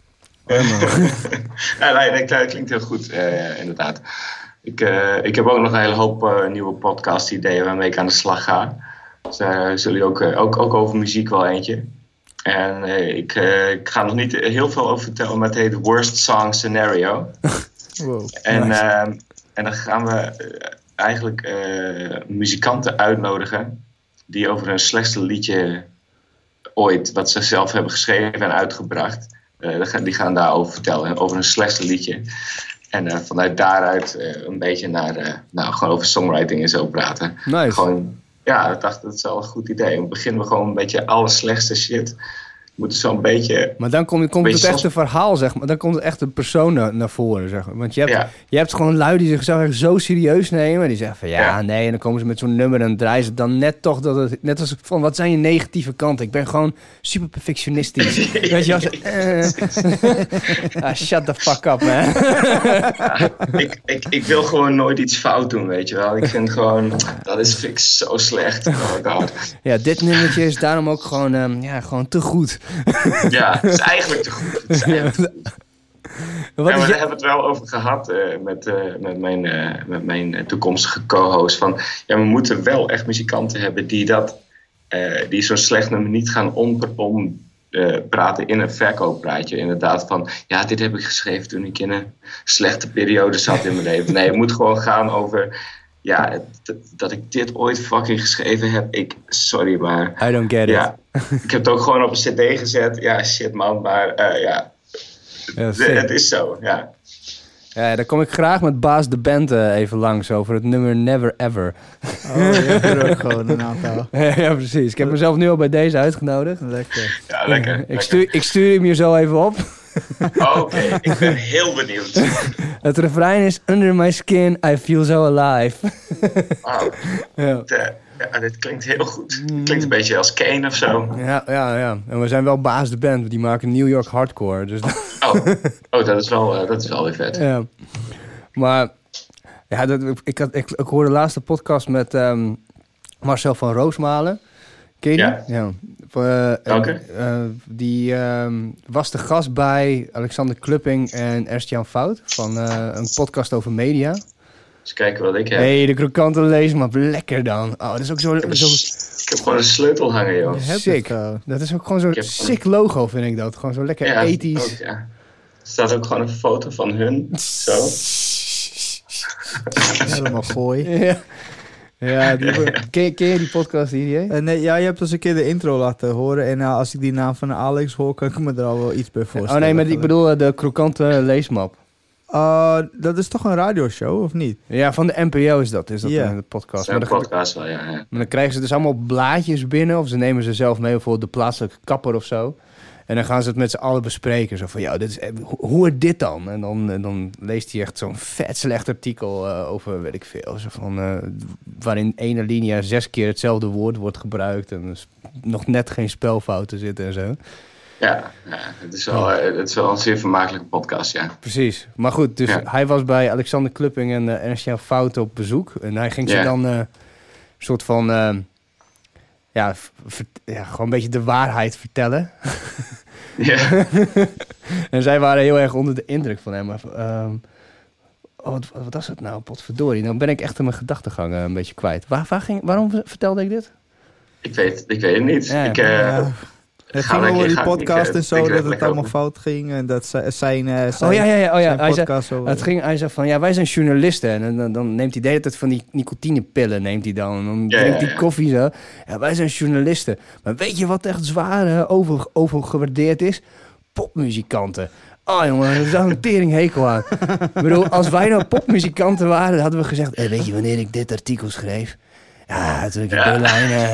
Ja, nee, nee, dat klinkt heel goed, uh, inderdaad. Ik, uh, ik heb ook nog een hele hoop uh, nieuwe podcast-ideeën waarmee ik aan de slag ga. Dus daar zullen jullie ook, uh, ook, ook over muziek wel eentje. En uh, ik, uh, ik ga nog niet heel veel over vertellen, maar het heet Worst Song Scenario. Wow. En, Nice. uh, en dan gaan we uh, eigenlijk uh, muzikanten uitnodigen die over hun slechtste liedje ooit, wat ze zelf hebben geschreven en uitgebracht, uh, die gaan daarover vertellen, over hun slechtste liedje. En uh, vanuit daaruit uh, een beetje naar, uh, nou, gewoon over songwriting en zo praten. Nice. Gewoon, ja, ik dacht, dat is wel een goed idee. Dan beginnen we gewoon een beetje alle slechtste shit. We moeten zo'n beetje... Maar dan komt, komt het Beetje echte verhaal, zeg maar. Dan komt het echte persoon naar, naar voren, zeg maar. Want je hebt, Ja. je hebt gewoon lui die zichzelf echt zo serieus nemen. Die zeggen van ja, Ja. nee. En dan komen ze met zo'n nummer en dan draaien ze dan net toch dat het... Net als van, wat zijn je negatieve kanten? Ik ben gewoon super perfectionistisch. Weet je, als uh, ah, shut the fuck up, man. Ja, ik, ik, ik wil gewoon nooit iets fout doen, weet je wel. Ik vind gewoon, dat is vind ik zo slecht. Oh god. Ja, dit nummertje is daarom ook gewoon, um, ja, gewoon te goed. Ja, het is eigenlijk te goed. Het is eigenlijk te goed. Wat Ja, is maar je- daar hebben we het wel over gehad uh, met, uh, met mijn, uh, met mijn toekomstige co-host. Van, ja, we moeten wel echt muzikanten hebben die, dat, uh, die zo'n slecht nummer niet gaan om, om uh, praten in een verkooppraatje. Inderdaad van, ja, dit heb ik geschreven toen ik in een slechte periode zat in mijn leven. Nee, het moet gewoon gaan over, ja, het, dat ik dit ooit fucking geschreven heb. Ik, sorry, maar... I don't get it. Ja, ik heb het ook gewoon op een cd gezet. Ja, shit man, maar uh, ja... Ja, De- sick. het is zo, ja. Ja, daar kom ik graag met Baas de Band uh, even langs over het nummer Never Ever. Oh, je hebt er ook gewoon een aantal. Ja, precies. Ik heb mezelf nu al bij deze uitgenodigd. Lekker. Ja, lekker. Ik lekker. stuur, ik stuur hem je zo even op. Oh, oké, ik ben heel benieuwd. Het refrein is Under my skin, I feel so alive. Wauw, Ja, de- ja, dit klinkt heel goed. Het klinkt een beetje als Kane of zo. ja, ja, ja. En we zijn wel Baas de Band, die maken New York hardcore. Dus Oh, oh dat, is wel, uh, dat is wel weer vet. ja. Maar ja, dat, ik, had, ik, ik hoorde de laatste podcast met um, Marcel van Roosmalen. Ken je die? Ja. Ja. Uh, Welke? uh, die um, was de gast bij Alexander Klupping en Ernst-Jan Fout van uh, een podcast over media. Dus kijken wat ik heb. Hey, de krokante leesmap, lekker dan. Oh, dat is ook zo, Ik, heb een zo s- ik heb gewoon een sleutel hangen, joh. Je hebt sick. het, uh, Dat is ook gewoon zo'n Ik heb- sick logo, vind ik dat. Gewoon zo lekker Ja, ethisch. ook, ja. Er staat ook gewoon een foto van hun. Zo. helemaal gooi. Ja, ja die, ken, ken je die podcast hier? Uh, nee, ja, je hebt ons een keer de intro laten horen. En uh, als ik die naam van Alex hoor, kan ik me er al wel iets bij voorstellen. Oh nee, maar ik bedoel uh, de krokante leesmap. Uh, dat is toch een radioshow, of niet? Ja, van de N P O is dat, is dat Ja. in de podcast. Zo'n Maar dan, podcast wel, ja. ja. maar dan krijgen ze dus allemaal blaadjes binnen, of ze nemen ze zelf mee, bijvoorbeeld de plaatselijke kapper of zo. En dan gaan ze het met z'n allen bespreken. Zo van, ja, dit is, hoe, hoe wordt dit dan? En dan, en dan leest hij echt zo'n vet slecht artikel uh, over, weet ik veel. Zo van, uh, waarin ene linia zes keer hetzelfde woord wordt gebruikt. En dus nog net geen spelfouten zitten en zo. Ja, ja het, is wel, uh, het is wel een zeer vermakelijke podcast, ja. Precies. Maar goed, dus Ja. hij was bij Alexander Klupping en uh, Ernst-Jan Fout op bezoek. En hij ging ze Ja. dan een uh, soort van... Uh, ja, ver- ja, gewoon een beetje de waarheid vertellen. Ja, En zij waren heel erg onder de indruk van hem. Maar, ehm, oh, wat, wat was het nou? Potverdorie. Dan ben ik echt in mijn gedachtegang uh, een beetje kwijt. Waar, waar ging, waarom vertelde ik dit? ik weet, ik weet het niet. Ja, ik, uh, Ja. Het ga ging lekker- over die ga- podcast ik, en uh, zo, ik dat weet het lekker allemaal over. fout ging. En dat z- zijn, uh, zijn, Oh ja, ja, ja. Oh, ja. zijn Hij, zei, podcast zo... het ging, hij zei van, ja, wij zijn journalisten. En dan, dan neemt hij de hele tijd van die nicotinepillen, neemt hij dan. En dan Ja, drinkt ja, hij ja. koffie zo. Ja, wij zijn journalisten. Maar weet je wat echt zwaar uh, over, overgewaardeerd is? Popmuzikanten. Oh jongen, daar is een tering hekel aan. Ik bedoel, als wij nou popmuzikanten waren, dan hadden we gezegd... Hey, weet je wanneer ik dit artikel schreef? Ja, natuurlijk in Ja. Berlijn. Uh.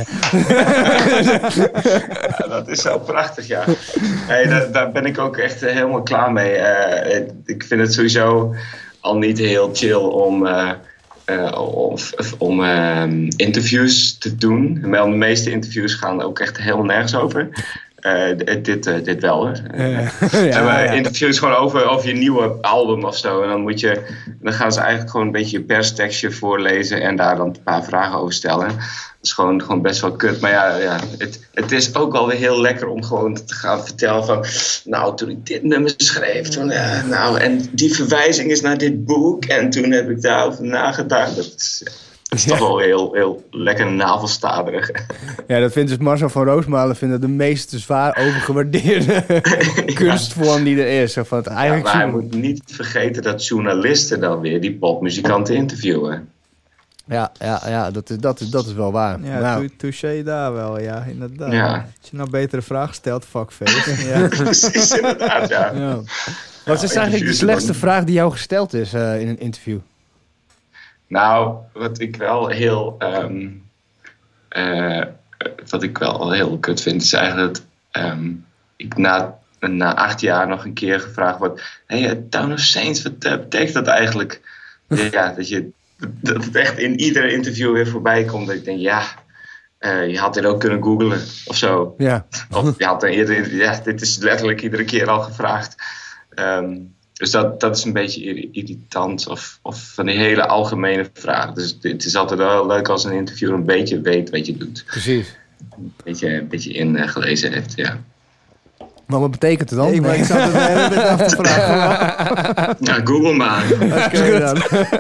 Ja, dat is zo prachtig, ja. Hey, daar, daar ben ik ook echt uh, helemaal klaar mee. Uh, ik vind het sowieso al niet heel chill om, uh, uh, om, om uh, interviews te doen. Maar de meeste interviews gaan ook echt helemaal nergens over. Uh, dit, uh, dit wel, hoor. Uh, ja, ja. Interviews gewoon over, over je nieuwe album of zo. En dan, moet je, dan gaan ze eigenlijk gewoon een beetje je perstekstje voorlezen en daar dan een paar vragen over stellen. Dat is gewoon, gewoon best wel kut. Maar ja, ja het, het is ook wel weer heel lekker om gewoon te gaan vertellen van... Nou, toen ik dit nummer schreef, toen, uh, nou, en die verwijzing is naar dit boek. En toen heb ik daarover nagedacht. Dat is... Het is toch wel heel, heel lekker navelstaderig. Ja, dat vindt dus Marcel van Roosmalen vindt dat de meest zwaar overgewaardeerde ja. kunstvorm die er is. Of wat eigenlijk ja, maar hij moet niet vergeten dat journalisten dan weer die popmuzikanten interviewen. Ja, ja, ja dat, is, dat, is, dat is wel waar. Ja, nou. touché daar wel, ja, inderdaad. Ja. Als je nou betere vragen stelt, fuckface. Ja. Precies, inderdaad, ja. ja. Wat is eigenlijk de slechtste vraag die jou gesteld is uh, in een interview? Nou, wat ik wel heel, um, uh, wat ik wel heel kut vind, is eigenlijk dat um, ik na, na acht jaar nog een keer gevraagd word: hey, Town of Saints, wat uh, betekent dat eigenlijk? Ja, dat, je, dat het echt in ieder interview weer voorbij komt. Dat ik denk, ja, uh, je had dit ook kunnen googlen of zo. Ja. Of je had er eerder, ja, dit is letterlijk iedere keer al gevraagd. Um, Dus dat, dat is een beetje irritant. Of, of van die hele algemene vragen. Dus het is altijd wel leuk als een interviewer een beetje weet wat je doet. Precies. Een beetje, een beetje ingelezen heeft, ja. Maar wat betekent het dan? Ik, nee. ik zat het de hele tijd af te vragen. Ja, Google maar. Okay, dan.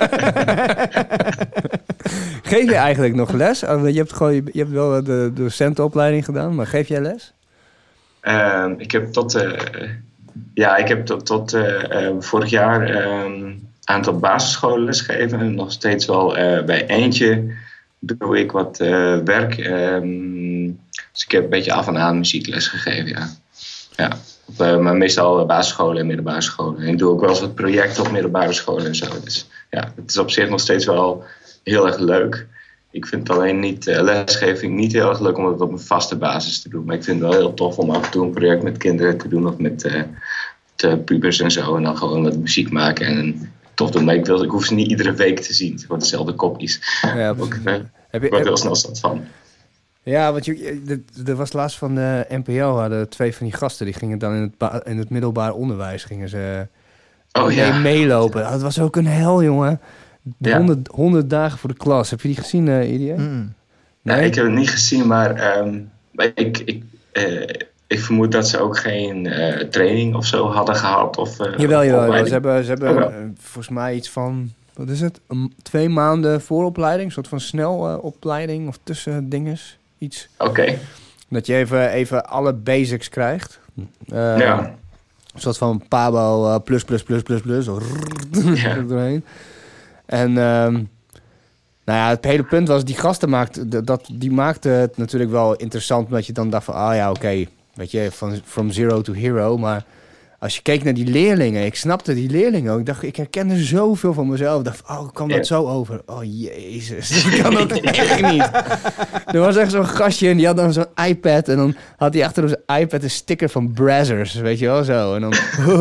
Geef je eigenlijk nog les? Je hebt, gewoon, je hebt wel de docentenopleiding gedaan, maar geef jij les? Uh, ik heb tot... Uh, Ja, ik heb tot, tot uh, uh, vorig jaar een uh, aantal basisscholen lesgegeven. En nog steeds wel uh, bij eentje doe ik wat uh, werk. Um, dus ik heb een beetje af en aan muziekles gegeven, ja. ja op, uh, maar meestal basisscholen en middelbare scholen. En ik doe ook wel eens wat projecten op middelbare scholen en zo. Dus ja, het is op zich nog steeds wel heel erg leuk. Ik vind het alleen niet, uh, lesgeving niet heel erg leuk om het op een vaste basis te doen. Maar ik vind het wel heel tof om af en toe een project met kinderen te doen of met uh, de pubers en zo. En dan gewoon wat muziek maken en tof doen. Maar ik, wil, ik hoef ze niet iedere week te zien. Het wordt dezelfde kopjes. Ja, ook, uh, heb je, ik word heel snel zat van. Ja, want je, er was laatst van de N P O, hadden twee van die gasten. Die gingen dan in het, ba- in het middelbaar onderwijs gingen ze oh, mee, ja. meelopen. Dat was ook een hel, jongen. Ja. honderd, honderd dagen voor de klas. Heb je die gezien, uh, I D A? Mm. Nee? Ja, ik heb het niet gezien, maar um, ik, ik, uh, ik vermoed dat ze ook geen uh, training of zo hadden gehad. Of, uh, jawel, jawel, jawel. Ze hebben, ze hebben oh, uh, volgens mij iets van, wat is het? Um, twee maanden vooropleiding, een soort van snelopleiding uh, of tussen dinges, iets. Oké. Okay. Dat je even, even alle basics krijgt. Uh, ja. Een soort van Pabo uh, plus, plus, plus, plus, plus. Ja. doorheen. En um, nou ja, het hele punt was, die gasten maakten, dat, die maakten het natuurlijk wel interessant, omdat je dan dacht van, ah ja, oké, okay, weet je, van from zero to hero. Maar als je keek naar die leerlingen, ik snapte die leerlingen ook. Ik dacht, ik herkende zoveel van mezelf. Ik dacht, oh, kwam dat yeah. zo over? Oh, jezus, dat kan ook echt niet. Er was echt zo'n gastje en die had dan zo'n iPad. En dan had hij achter op zijn iPad een sticker van Brazzers, weet je wel, zo. En dan...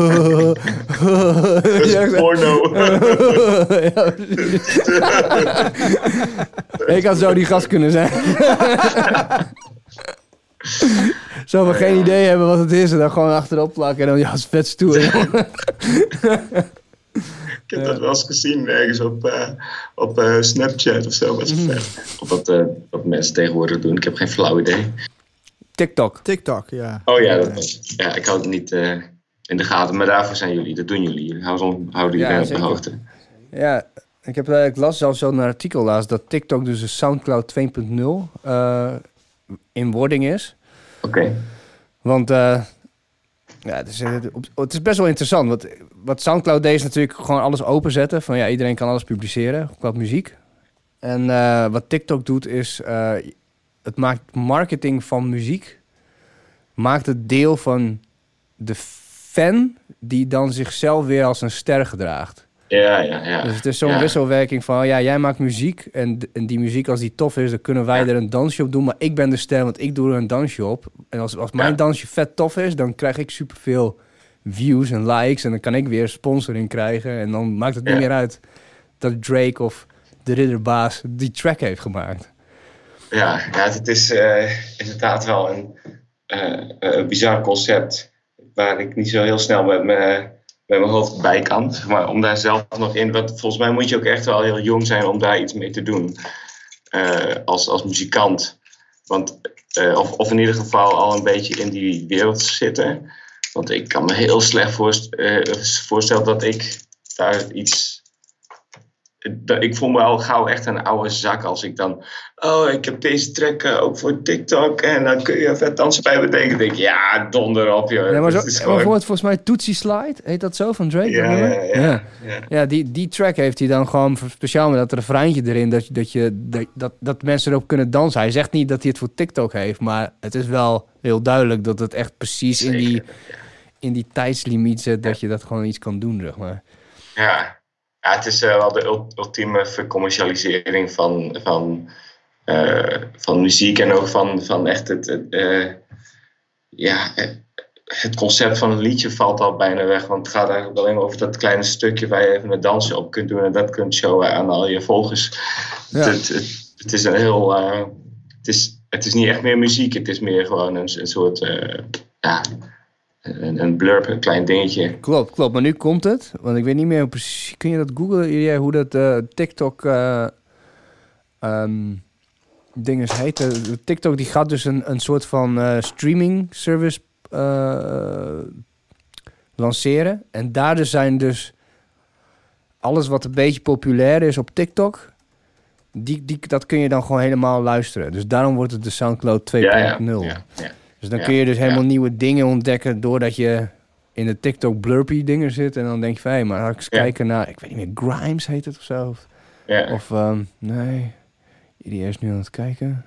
Dat is porno. Ik had zo die gast kunnen zijn. Zo van geen idee hebben wat het is en dan gewoon achterop plakken en dan ja, het is vet stoer. Ik heb dat wel eens gezien ergens op, uh, op uh, Snapchat of zo. Wat, mm. of wat, uh, wat mensen tegenwoordig doen. Ik heb geen flauw idee. TikTok. TikTok, ja. Oh ja, dat, ja ik hou het niet uh, in de gaten. Maar daarvoor zijn jullie, dat doen jullie. Jullie houden, houden jullie ja, op de hoogte. Ja, ik, heb, ik las zelfs zo'n artikel laatst dat TikTok dus een SoundCloud twee punt nul uh, in wording is. Oké. Okay. Want uh, ja, het, is, het is best wel interessant. Want wat SoundCloud deed is natuurlijk gewoon alles openzetten. Van ja, iedereen kan alles publiceren qua muziek. En uh, wat TikTok doet is, uh, het maakt marketing van muziek, maakt het deel van de fan die dan zichzelf weer als een ster gedraagt. Ja, ja, ja. Dus het is zo'n ja. wisselwerking van, ja, jij maakt muziek en, en die muziek als die tof is, dan kunnen wij Ja. er een dansje op doen, maar ik ben de ster, want ik doe er een dansje op. En als, als mijn Ja. dansje vet tof is, dan krijg ik superveel views en likes en dan kan ik weer sponsoring krijgen en dan maakt het niet Ja. meer uit dat Drake of de Ridderbaas die track heeft gemaakt. Ja, ja, het is uh, inderdaad wel een, uh, een bizar concept waar ik niet zo heel snel met, me, met mijn hoofd bij kan. Zeg maar om daar zelf nog in. Wat, volgens mij moet je ook echt wel heel jong zijn om daar iets mee te doen. Uh, als, als muzikant. Want, uh, of, of in ieder geval al een beetje in die wereld zitten. Want ik kan me heel slecht voorst- uh, voorstellen dat ik daar iets... Ik voel me al gauw echt een oude zak als ik dan... Oh, ik heb deze track uh, ook voor TikTok. En dan kun je vet dansen bij me denken. denk ik, ja, donder op, joh. Ja, maar zo, is gewoon... gewoon... bijvoorbeeld volgens mij Tootsie Slide, heet dat zo, van Drake? Ja, dat ja, nummer? ja, ja. ja. Ja, die, die track heeft hij dan gewoon speciaal met dat refreintje erin... Dat, je, dat, je, dat, dat, dat mensen erop kunnen dansen. Hij zegt niet dat hij het voor TikTok heeft... maar het is wel heel duidelijk dat het echt precies in die, in die tijdslimiet zit... dat je dat gewoon iets kan doen, zeg maar. Ja, ja het is uh, wel de ult- ultieme vercommercialisering van, van, uh, van muziek... en ook van, van echt het... het uh, ja, het concept van een liedje valt al bijna weg. Want het gaat eigenlijk alleen maar over dat kleine stukje... waar je even een dansje op kunt doen... en dat kunt showen aan al je volgers. Ja. Het, het, het is een heel... Uh, het, is, het is niet echt meer muziek. Het is meer gewoon een, een soort... Uh, ja, een, een blurb, een klein dingetje. Klopt, klopt. Maar nu komt het. Want ik weet niet meer hoe precies... Kun je dat googlen? Ja, hoe dat uh, TikTok... Uh, um, dinges heet. Uh, TikTok die gaat dus een, een soort van uh, streaming service... Uh, lanceren. En daar zijn dus alles wat een beetje populair is op TikTok, die, die, dat kun je dan gewoon helemaal luisteren. Dus daarom wordt het de SoundCloud twee punt nul. Ja, ja, ja, ja. Dus dan ja, kun je dus helemaal ja. nieuwe dingen ontdekken doordat je in de TikTok blurpy dingen zit. En dan denk je van, hé, hey, maar ga ik eens ja. kijken naar, ik weet niet meer, Grimes heet het of zo. Of, ja. of um, nee, die is nu aan het kijken.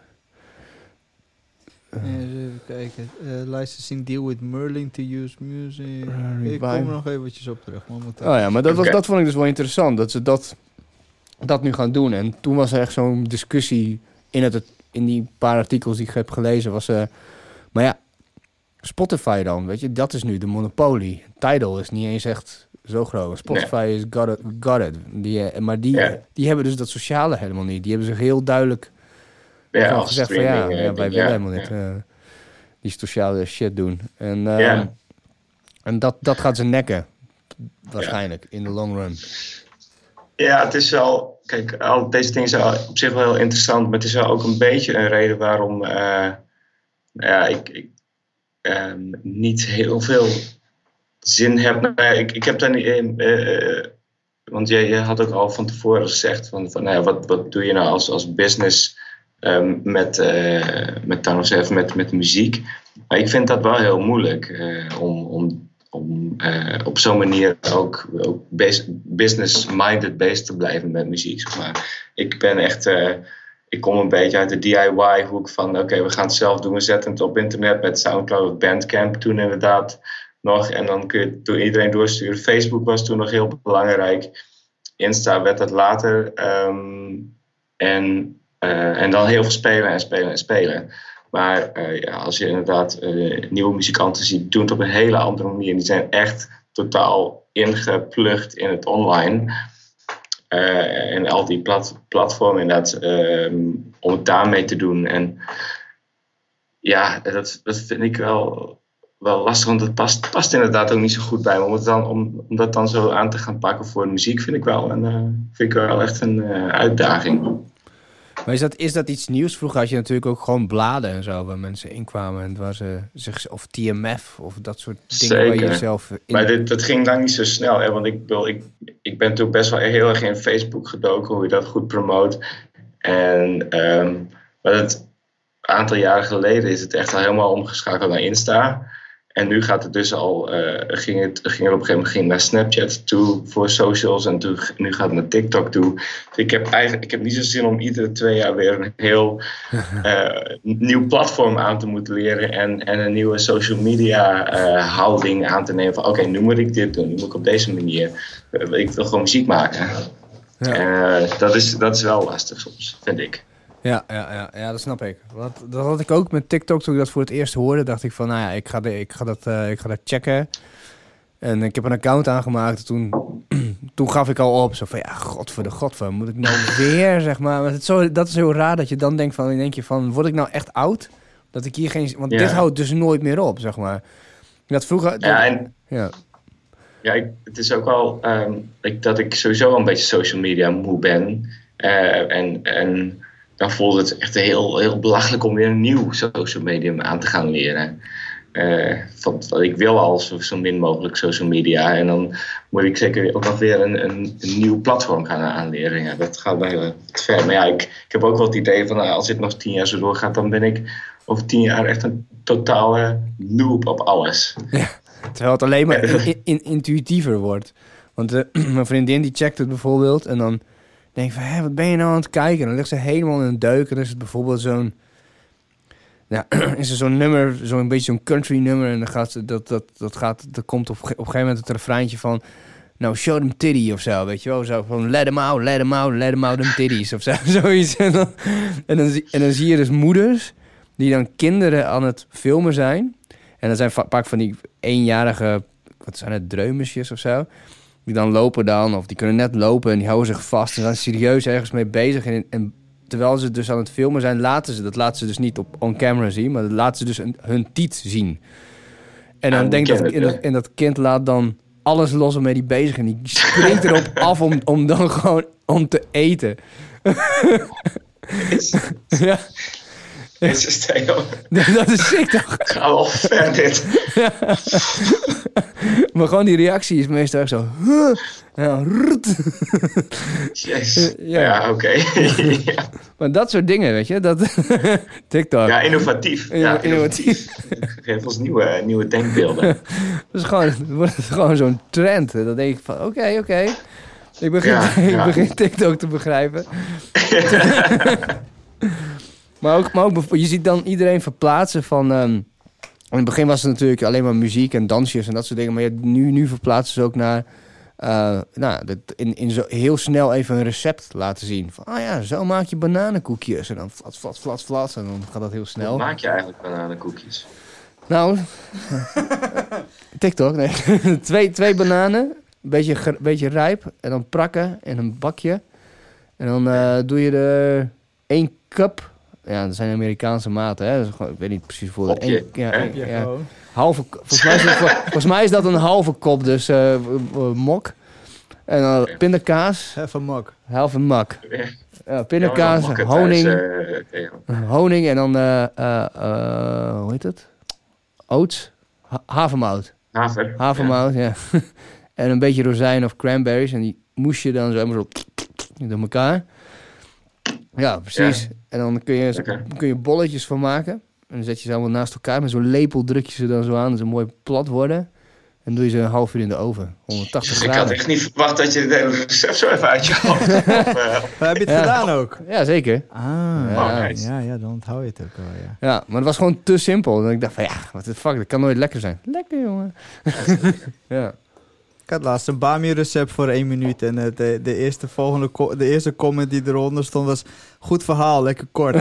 Uh, even kijken. Uh, licensing deal with Merlin to use music. Uh, ik kom er nog eventjes op terug. Maar moet oh ja, maar dat, was, okay. dat vond ik dus wel interessant. Dat ze dat, dat nu gaan doen. En toen was er echt zo'n discussie in, het, in die paar artikels die ik heb gelezen. Was, uh, maar ja, Spotify dan, weet je, dat is nu de monopolie. Tidal is niet eens echt zo groot. Spotify nee. is got it. Got it. Die, uh, maar die, yeah. die hebben dus dat sociale helemaal niet. Die hebben zich heel duidelijk... Ja, gezegd van ja, uh, ja wij willen ja, helemaal niet ja. uh, die sociale shit doen. En, uh, ja. en dat, dat gaat ze nekken, waarschijnlijk, ja. in de long run. Ja, het is wel... Kijk, al deze dingen zijn op zich wel heel interessant, maar het is wel ook een beetje een reden waarom uh, nou ja, ik, ik uh, niet heel veel zin heb. Nou, ik, ik heb daar niet... Uh, uh, want je, je had ook al van tevoren gezegd van, van nou ja, wat, wat doe je nou als, als business... Um, met, uh, met Thanos even met, met muziek. Maar ik vind dat wel heel moeilijk uh, om, om, om uh, op zo'n manier ook, ook business-minded bezig te blijven met muziek. Zeg maar. Ik ben echt, uh, ik kom een beetje uit de D I Y-hoek van oké, okay, we gaan het zelf doen, we zetten het op internet met SoundCloud of Bandcamp toen inderdaad nog. En dan kun je toen iedereen doorsturen. Facebook was toen nog heel belangrijk. Insta werd dat later. Um, en Uh, en dan heel veel spelen en spelen en spelen. Maar uh, ja, als je inderdaad uh, nieuwe muzikanten ziet, doen het op een hele andere manier. Die zijn echt totaal ingeplucht in het online. Uh, en al die plat, platformen inderdaad, uh, om het daarmee te doen. En ja, dat, dat vind ik wel, wel lastig, want het past, past inderdaad ook niet zo goed bij me. Om, het dan, om, om dat dan zo aan te gaan pakken voor muziek vind ik wel, en, uh, vind ik wel echt een uh, uitdaging. Maar is dat, is dat iets nieuws? Vroeger had je natuurlijk ook gewoon bladen en zo, waar mensen inkwamen. En waar ze zich, of T M F, of dat soort dingen. Zeker. Waar je zelf in... Maar dit, dat ging lang niet zo snel. Hè? Want ik, ik, ik ben toen best wel heel erg in Facebook gedoken, hoe je dat goed promoot. En um, maar het, een aantal jaren geleden is het echt al helemaal omgeschakeld naar Insta. En nu gaat het dus al, uh, ging, het, ging er op een gegeven moment ging naar Snapchat toe voor socials. En toen, nu gaat het naar TikTok toe. Dus ik heb eigenlijk ik heb niet zo zin om iedere twee jaar weer een heel uh, nieuw platform aan te moeten leren. En, en een nieuwe social media uh, houding aan te nemen. Van oké, okay, nu moet ik dit doen. Nu moet ik op deze manier. Uh, ik wil gewoon muziek maken. Ja. Uh, dat, is, dat is wel lastig soms, vind ik. Ja, ja, ja, ja, dat snap ik. Wat, dat had ik ook met TikTok. Toen ik dat voor het eerst hoorde, dacht ik van, nou ja, ik ga, de, ik ga, dat, uh, ik ga dat checken. En ik heb een account aangemaakt. Toen, toen gaf ik al op. Zo van, ja, godver de godver, moet ik nou weer, zeg maar. maar het is zo, dat is heel raar dat je dan denkt van, denk je van, word ik nou echt oud? Dat ik hier geen... Want ja. dit houdt dus nooit meer op, zeg maar. Dat vroeger... Dat, ja, en... Ja. Ja, ik, het is ook wel um, ik, dat ik sowieso een beetje social media moe ben. Uh, en... en dan voelt het echt heel, heel belachelijk om weer een nieuw social medium aan te gaan leren. Uh, van, van, ik wil al zo, zo min mogelijk social media. En dan moet ik zeker ook nog weer een, een, een nieuw platform gaan aanleren. Ja, dat gaat bij uh, ver. Maar ja, ik, ik heb ook wel het idee van... Nou, als dit nog tien jaar zo doorgaat... dan ben ik over tien jaar echt een totale noob op alles. Ja, terwijl het alleen maar in, in, intuïtiever wordt. Want uh, mijn vriendin die checkt het bijvoorbeeld... en dan... denk van, hé, wat ben je nou aan het kijken? En dan ligt ze helemaal in een deuk. En dan is het bijvoorbeeld zo'n... Ja, is er zo'n nummer, zo'n beetje zo'n country nummer. En dan gaat ze, dat, dat, dat gaat, dat komt op, op een gegeven moment het refreintje van... Nou, show them titty of zo, weet je wel. Zo van, let them out, let them out, let them out them titties of zo. Zoiets. En dan, en, dan, en dan zie je dus moeders die dan kinderen aan het filmen zijn. En dat zijn vaak van die eenjarige, wat zijn het, dreumisjes of zo... Die dan lopen dan, of die kunnen net lopen en die houden zich vast en zijn serieus ergens mee bezig. En, en terwijl ze dus aan het filmen zijn, laten ze, dat laten ze dus niet op on camera zien, maar dat laten ze dus een, hun tiet zien. En dan denk dat, en, dat, en dat kind laat dan alles los waarmee die bezig en die springt erop af om, om dan gewoon om te eten. Ja. Dit is Theo. Dat is sick toch? Ga wel ver dit. Ja. Maar gewoon die reactie is meestal echt zo... Ja, yes. Ja, ja oké. Okay. Ja. Maar dat soort dingen, weet je. Dat TikTok. Ja, innovatief. Ja, ja, innovatief. Geeft ons nieuwe, nieuwe denkbeelden. Dat is gewoon, wordt gewoon zo'n trend. Dan denk ik van, oké, okay, oké. Okay. Ik, begin, ja, ik ja. begin TikTok te begrijpen. Maar ook, maar ook, je ziet dan iedereen verplaatsen van... Um, in het begin was het natuurlijk alleen maar muziek en dansjes en dat soort dingen. Maar je, nu, nu verplaatsen ze ook naar... Uh, nou, dat in, in zo heel snel even een recept laten zien. Van, ah ja, zo maak je bananenkoekjes. En dan flat, flat, flat, flat. En dan gaat dat heel snel. Hoe maak je eigenlijk bananenkoekjes? Nou, TikTok, nee. twee, twee bananen, een beetje, een beetje rijp. En dan prakken in een bakje. En dan uh, doe je er één cup... Ja, dat zijn Amerikaanse maten, hè. Dus, ik weet niet precies hoeveel. Een, ja, ja, ja. Halve, volgens, mij is dat, volgens mij is dat een halve kop, dus uh, uh, mok. En dan uh, pindakaas. Halve mok. Halve mak. Uh, pindakaas, ja, honing. Thuis, uh, honing en dan, uh, uh, uh, hoe heet het? Oats. Ha- havermout. Haver. Havermout, ja. ja. En een beetje rozijn of cranberries. En die moes je dan zo helemaal zo door elkaar. Ja, precies. Ja. En dan kun je, okay. kun je bolletjes van maken. En dan zet je ze allemaal naast elkaar. Met zo'n lepel druk je ze dan zo aan. Dat ze mooi plat worden. En dan doe je ze een half uur in de oven. honderdtachtig graden. Ik had echt niet verwacht dat je het hele recept zo even uit je hoofd. uh... Maar heb je het ja. gedaan ook? Ja, zeker. Ah, ja, oh, nice. ja, ja, dan onthoud je het ook wel, ja. Ja, maar het was gewoon te simpel. En ik dacht van, ja, what the fuck, dat kan nooit lekker zijn. Lekker, jongen. Ja. Ik had laatst een Bami-recept voor één minuut. En uh, de, de, eerste volgende co- de eerste comment die eronder stond was... Goed verhaal, lekker kort.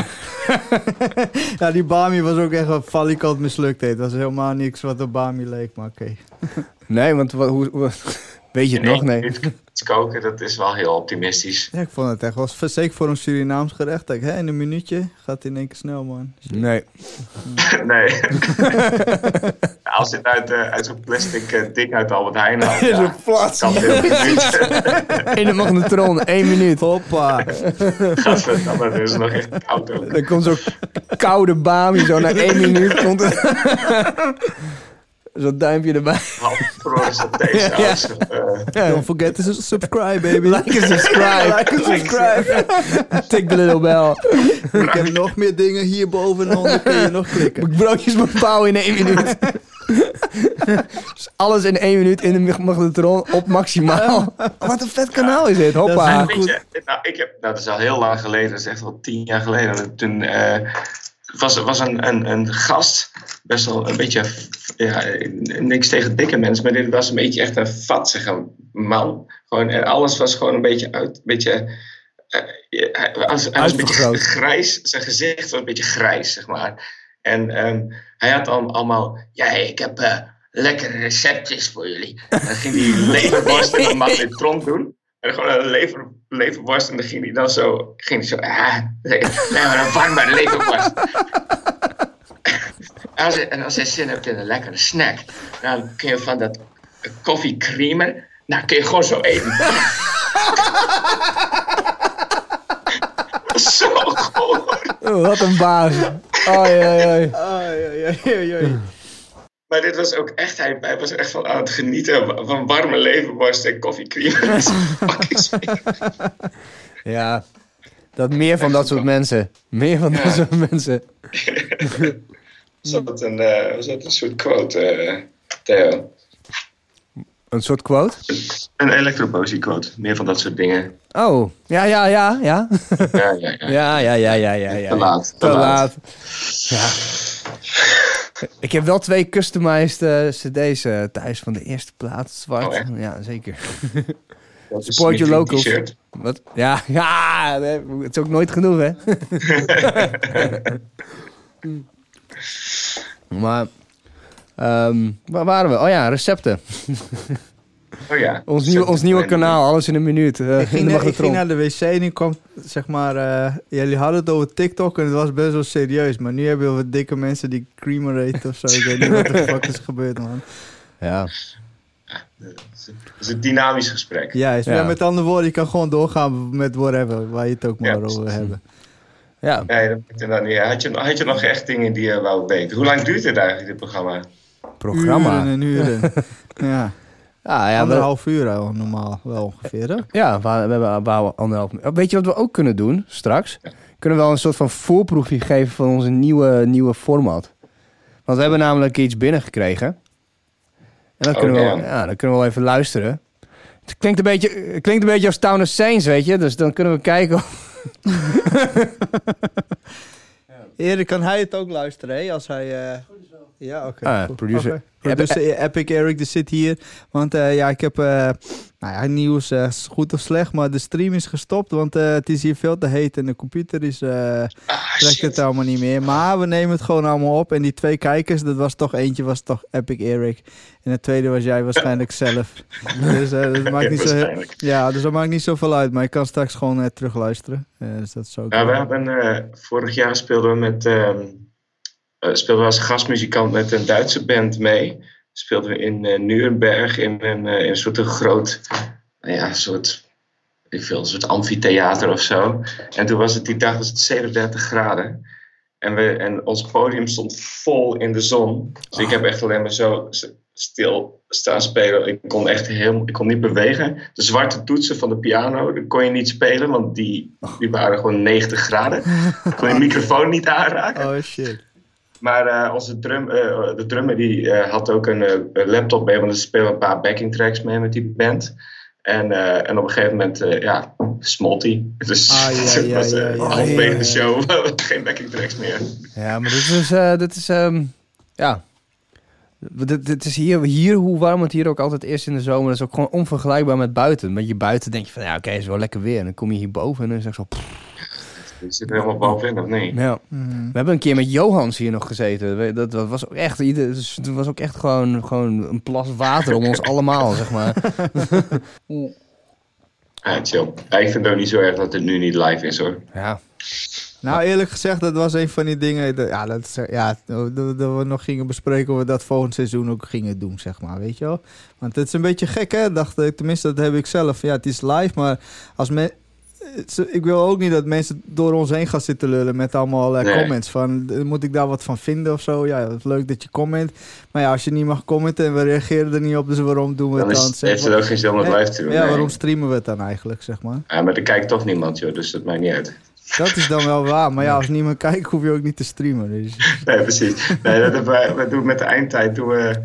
Ja, die Bami was ook echt wat valikant mislukt. Het was helemaal niks wat op Bami leek, maar oké. Okay. Nee, want hoe, hoe, hoe, weet je het nog? Nee. Iets koken, dat is wel heel optimistisch. Ja, ik vond het echt wel... Zeker voor een Surinaams gerecht. Ik, hè, in een minuutje gaat het in één keer snel, man. Nee. Nee. Als je het uit, uh, uit zo'n plastic uh, ding uit Albert Heijn haalt... Ja, zo'n plat. Kan heel minuut. In de magnetron, één minuut. Hoppa. Gadverdamme, dat is nog echt koud ook. Er komt zo'n koude Bami, zo na één minuut komt het... Zo'n duimpje erbij. Half verrode satésaus. Ja. Don't forget to subscribe, baby. Like and subscribe. Like and subscribe. Tik de little bell. Ik heb nog meer dingen hierboven en onder kun je nog klikken. Broodjes met pauw in één minuut. Dus alles in één minuut in de magnetron op maximaal. Wat een vet kanaal is dit. Hoppa. En weet je, nou, ik heb, nou, dat is al heel lang geleden. Dat is echt al tien jaar geleden. Toen uh, was, was een, een, een gast. Best wel een beetje... Ja, niks tegen dikke mensen. Maar dit was een beetje echt een vatzige man. Gewoon, en alles was gewoon een beetje uit... Een beetje... Uh, hij, was, hij was een beetje grijs. Zijn gezicht was een beetje grijs, zeg maar. En um, hij had al, allemaal... Ja, ik heb uh, lekkere receptjes voor jullie. En dan ging hij leverworst in een magnetron doen. En gewoon een lever, leverworst. En dan ging hij dan zo... Ging hij zo... Ah, nee, maar een warme leverworst. En als, je, en als je zin hebt in een lekkere snack... Dan kun je van dat koffiecreamer... Nou, kun je gewoon zo eten. Zo goor. Oh, wat een baas. Oei, oei, oei. Oei, oei, oei. Maar dit was ook echt, hij, hij was echt van aan het genieten van warme leverworst en koffiecream. Dat is fucking smerig. Ja, dat meer van dat soort mensen. Meer van dat Ja. soort mensen. Was dat een, uh, was dat een soort quote, uh, Theo? Een soort quote? Een elektropoëzie quote. Meer van dat soort dingen. Oh, ja, ja, ja, ja. Ja, ja, ja. Ja, ja, ja, ja, ja. ja. Te laat. Te Te laat. Ja. Ik heb wel twee customized uh, cd's uh, thuis van de eerste plaat. Zwart. Oh, echt? Ja, zeker. Dat is Support your een locals. t-shirt. Wat? Ja, ja, nee, het is ook nooit genoeg, hè? Maar, um, waar waren we? Oh ja, recepten. Oh ja. Ons nieuwe, ons nieuwe kanaal, alles in een minuut. Uh, Ik in ging, de naar, ik ging magnetron. naar de wc en ik kwam, zeg maar, uh, jullie hadden het over TikTok en het was best wel serieus. Maar nu hebben we wat dikke mensen die creamer eten of zo. Ik weet niet wat de fuck is gebeurd, man. Ja. Het is een dynamisch gesprek. Juist, Ja. ja. Met andere woorden, je kan gewoon doorgaan met whatever, waar je het ook maar Ja, over precies. hebben. Ja. Nee, dat maakt inderdaad niet. Had je, had je nog echt dingen die je wou weten? Hoe lang duurt het eigenlijk, dit programma? Programma. Uren en uren. ja, Ja, ja, we, anderhalf uur al, normaal, wel ongeveer, hè? ja, we, we hebben we houden anderhalf uur. Weet je wat we ook kunnen doen straks? Kunnen we wel een soort van voorproefje geven van onze nieuwe, nieuwe format. Want we hebben namelijk iets binnengekregen. En dan kunnen, Oh, we, ja. wel, ja, dan kunnen we wel even luisteren. Het klinkt een beetje, het klinkt een beetje als Town of Saints, weet je. Dus dan kunnen we kijken of... Erik, kan hij het ook luisteren, hè? Als hij... Uh... Ja, oké. Ah, goed. producer. Oké. Producer Epic Eric, die zit hier. Want uh, ja, ik heb... Uh, nou ja, nieuws, uh, is goed of slecht, maar de stream is gestopt. Want uh, het is hier veel te heet en de computer is... Uh, Ah, trekt het allemaal niet meer. Maar we nemen het gewoon allemaal op. En die twee kijkers, dat was toch eentje, was toch Epic Eric. En de tweede was jij waarschijnlijk zelf. Dus uh, dat maakt niet zo heel, ja, dus dat maakt niet zoveel uit. Maar je kan straks gewoon uh, terugluisteren. Uh, dus dat is ook... Nou, we hebben, uh, vorig jaar speelden we met... Uh, uh, speelden we als gastmuzikant met een Duitse band mee. Speelden we in uh, Nuremberg in een, uh, in een soort een groot... Nou ja, een soort... Ik veel, een soort amfitheater of zo. En toen was het die dag was het zevenendertig graden. En, we, en ons podium stond vol in de zon. Dus ik heb echt alleen maar zo stil staan spelen. Ik kon echt heel, ik kon niet bewegen. De zwarte toetsen van de piano, die kon je niet spelen, want die, die waren gewoon negentig graden. Ik kon je microfoon niet aanraken. Oh shit. Maar uh, onze drum, uh, de drummer die uh, had ook een, uh, een laptop mee, want er spelen een paar backing tracks mee met die band. En, uh, en op een gegeven moment, uh, ja, smolt hij. Dus Ah, ja, het ja, was ja, uh, ja, halverwege ja, ja. de show, geen backing tracks meer. Ja, maar dit is... Uh, dit is um, ja... Dit, dit is hier, hier, hoe warm het hier ook altijd is in de zomer. Dat is ook gewoon onvergelijkbaar met buiten. Met je buiten denk je van, ja, oké, okay, is wel lekker weer. En dan kom je hierboven en dan is het zo... Pff, Je zit er helemaal bovenin, of niet? ja. Mm. We hebben een keer met Johans hier nog gezeten. Dat, dat was ook echt, ieder, dat was ook echt gewoon, gewoon een plas water om ons allemaal, zeg maar. Ja, chill. Ja, ik vind het ook niet zo erg dat het nu niet live is, hoor. Ja. Nou, eerlijk gezegd, dat was een van die dingen... Dat, ja, dat, is, ja, dat, dat we nog gingen bespreken hoe we dat volgend seizoen ook gingen doen, zeg maar, weet je wel. Want het is een beetje gek, hè, dacht ik. Tenminste, dat heb ik zelf. Ja, het is live, maar als men... Ik wil ook niet dat mensen door ons heen gaan zitten lullen met allemaal uh, Nee. comments. Van, uh, moet ik daar wat van vinden of zo? Ja, het is leuk dat je comment. Maar ja, als je niet mag commenten en we reageren er niet op, dus waarom doen we Dan het is, dan? Zeg heeft maar. het ook geen zin om het Nee. live te doen. Ja, nee. waarom streamen we het dan eigenlijk, zeg maar? Ja, maar er kijkt toch niemand, joh, dus dat maakt niet uit. Dat is dan wel waar. Maar ja, als niemand kijkt, hoef je ook niet te streamen. Dus. Nee, precies. Nee, dat hebben wij, we doen met de eindtijd doen we,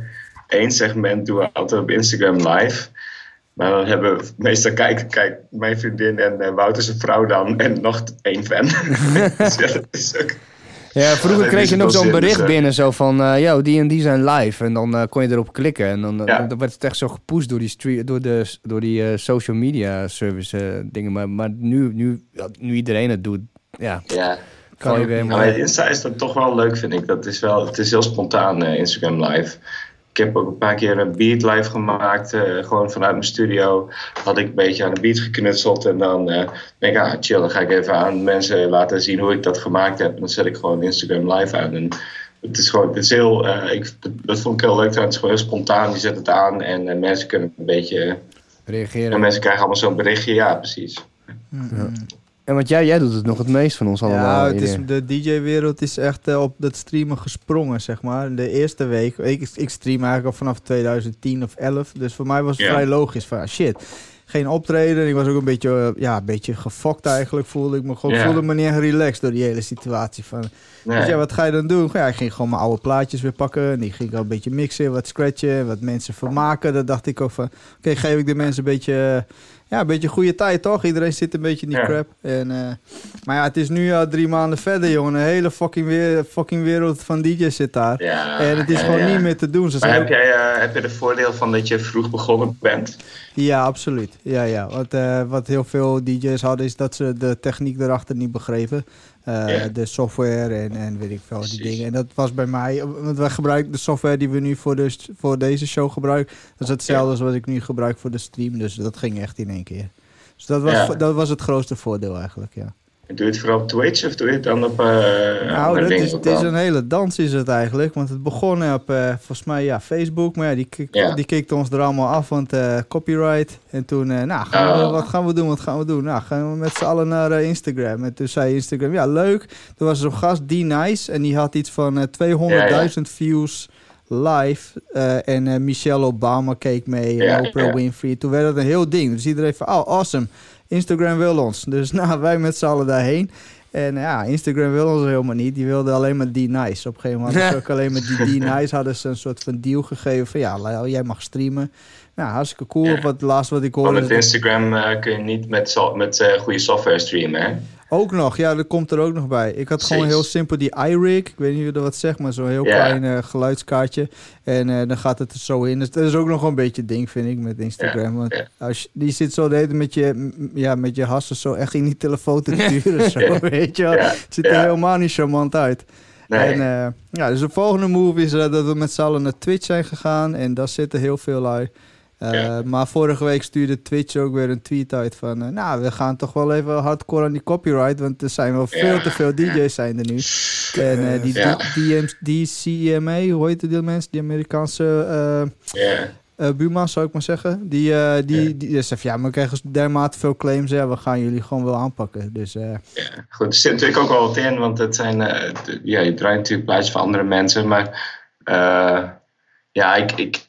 één segment doen we altijd op Instagram live. Maar dan hebben we meestal kijken, kijk, mijn vriendin en uh, Wouter zijn vrouw dan en nog één fan. Dus ja, dat is ook... Ja, vroeger ja, kreeg je nog zo'n zin, bericht dus, uh, binnen, zo van, uh, yo, die en die zijn live. En dan uh, kon je erop klikken. En dan, uh, Ja. dan werd het echt zo gepusht door die, street, door de, door die uh, social media service uh, dingen. Maar, maar nu, nu, nu iedereen het doet, ja, Ja. kan je weer Nou, met Insta is dat toch wel leuk, vind ik. Dat is wel, het is heel spontaan, uh, Instagram live. Ik heb ook een paar keer een beat live gemaakt. Uh, gewoon vanuit mijn studio had ik een beetje aan de beat geknutseld. En dan uh, denk ik, ah, chill, dan ga ik even aan mensen laten zien hoe ik dat gemaakt heb. En dan zet ik gewoon Instagram live aan. En het is gewoon, het is heel, uh, ik, dat, dat vond ik heel leuk. Het is gewoon heel spontaan, je zet het aan en uh, mensen kunnen een beetje... reageren. En mensen krijgen allemaal zo'n berichtje, ja, precies. Mm-hmm. En want jij, jij doet het nog het meest van ons allemaal. Ja, het is, Ieder. de D J-wereld is echt uh, op dat streamen gesprongen, zeg maar. De eerste week, ik, ik stream eigenlijk al vanaf twintig tien of elf. Dus voor mij was het Ja. vrij logisch van, ah, shit, geen optreden. Ik was ook een beetje, uh, ja, een beetje gefokt eigenlijk, voelde ik me gewoon. Ja. voelde me niet echt relaxed door die hele situatie. Van, Nee. Dus ja, wat ga je dan doen? Ja, ik ging gewoon mijn oude plaatjes weer pakken. En die ging ik al een beetje mixen, wat scratchen, wat mensen vermaken. Dat dacht ik ook van, oké, okay, geef ik de mensen een beetje... Uh, Ja, een beetje goede tijd, toch? Iedereen zit een beetje in die Ja. crap. En, uh, maar ja, het is nu al drie maanden verder, jongen. Een hele fucking, weer, fucking wereld van D J's zit daar. Ja, en het is ja, gewoon ja. niet meer te doen. Ze Maar zijn... heb jij uh, heb je er voordeel van dat je vroeg begonnen bent? Ja, absoluut. Ja, ja. Wat, uh, wat heel veel D J's hadden, is dat ze de techniek erachter niet begrepen. Uh, Ja. De software en, en weet ik veel, die Precies. dingen. En dat was bij mij, want wij gebruiken de software die we nu voor, de, voor deze show gebruiken. Dat is hetzelfde Ja. als wat ik nu gebruik voor de stream. Dus dat ging echt in één keer. Dus dat was, Ja. dat was het grootste voordeel eigenlijk, ja. Doe je het vooral op Twitch of doe je het dan op uh, Nou, andere dat dingen is, ook het is wel? een hele dans is het eigenlijk. Want het begon op, uh, volgens mij, ja, Facebook. Maar ja, die, kik, Ja. die kikte ons er allemaal af, want uh, copyright. En toen, uh, nou, gaan we, Oh. wat gaan we doen, wat gaan we doen? Nou, gaan we met z'n allen naar uh, Instagram. En toen zei Instagram, ja, leuk. Toen was er zo'n gast, D-Nice. En die had iets van uh, tweehonderdduizend views live. Uh, en uh, Michelle Obama keek mee. En Ja, Oprah ja. Winfrey. Toen werd het een heel ding. Dus iedereen van, oh, awesome. Instagram wil ons. Dus nou, wij met z'n allen daarheen. En ja, Instagram wil ons helemaal niet. Die wilde alleen maar D-Nice. Op een gegeven moment hadden ze ook alleen maar die D-Nice. Hadden ze een soort van deal gegeven van ja, jij mag streamen. Nou, hartstikke cool. Ja. Wat, het laatste wat ik Maar hoorde... met is- Instagram uh, kun je niet met, so met uh, goede software streamen, hè? Ook nog, ja, dat komt er ook nog bij. Ik had gewoon Precies. heel simpel die iRig. Ik weet niet of je dat wat zegt, maar zo'n heel Ja. klein uh, geluidskaartje. En uh, dan gaat het er zo in. Dus dat is ook nog een beetje een ding, vind ik, met Instagram. Want ja. als je, die zit zo de hele tijd met je, m- ja, met je hassen zo echt in die telefoon te turen. Zo, Ja. weet je wel. Ja. Het ziet er Ja. helemaal niet charmant uit. Nee. En uh, ja, dus de volgende move is uh, dat we met z'n allen naar Twitch zijn gegaan. En daar zitten heel veel lui. Uh, Ja. Maar vorige week stuurde Twitch ook weer een tweet uit van... Uh, nou, we gaan toch wel even hardcore aan die copyright... want er zijn wel veel Ja. te veel D J's zijn er nu. En uh, die Ja. D- D C M A, hoe heet die mensen? Die Amerikaanse uh, Ja. uh, buurman, zou ik maar zeggen. Die, uh, die, Ja. die, die zegt, ja, maar we krijgen dermate veel claims... ja, we gaan jullie gewoon wel aanpakken. Dus uh, Ja, goed, er zit natuurlijk ook wel wat in, want het zijn, uh, de- ja, je draait natuurlijk plaatjes van andere mensen, maar uh, ja, ik, ik,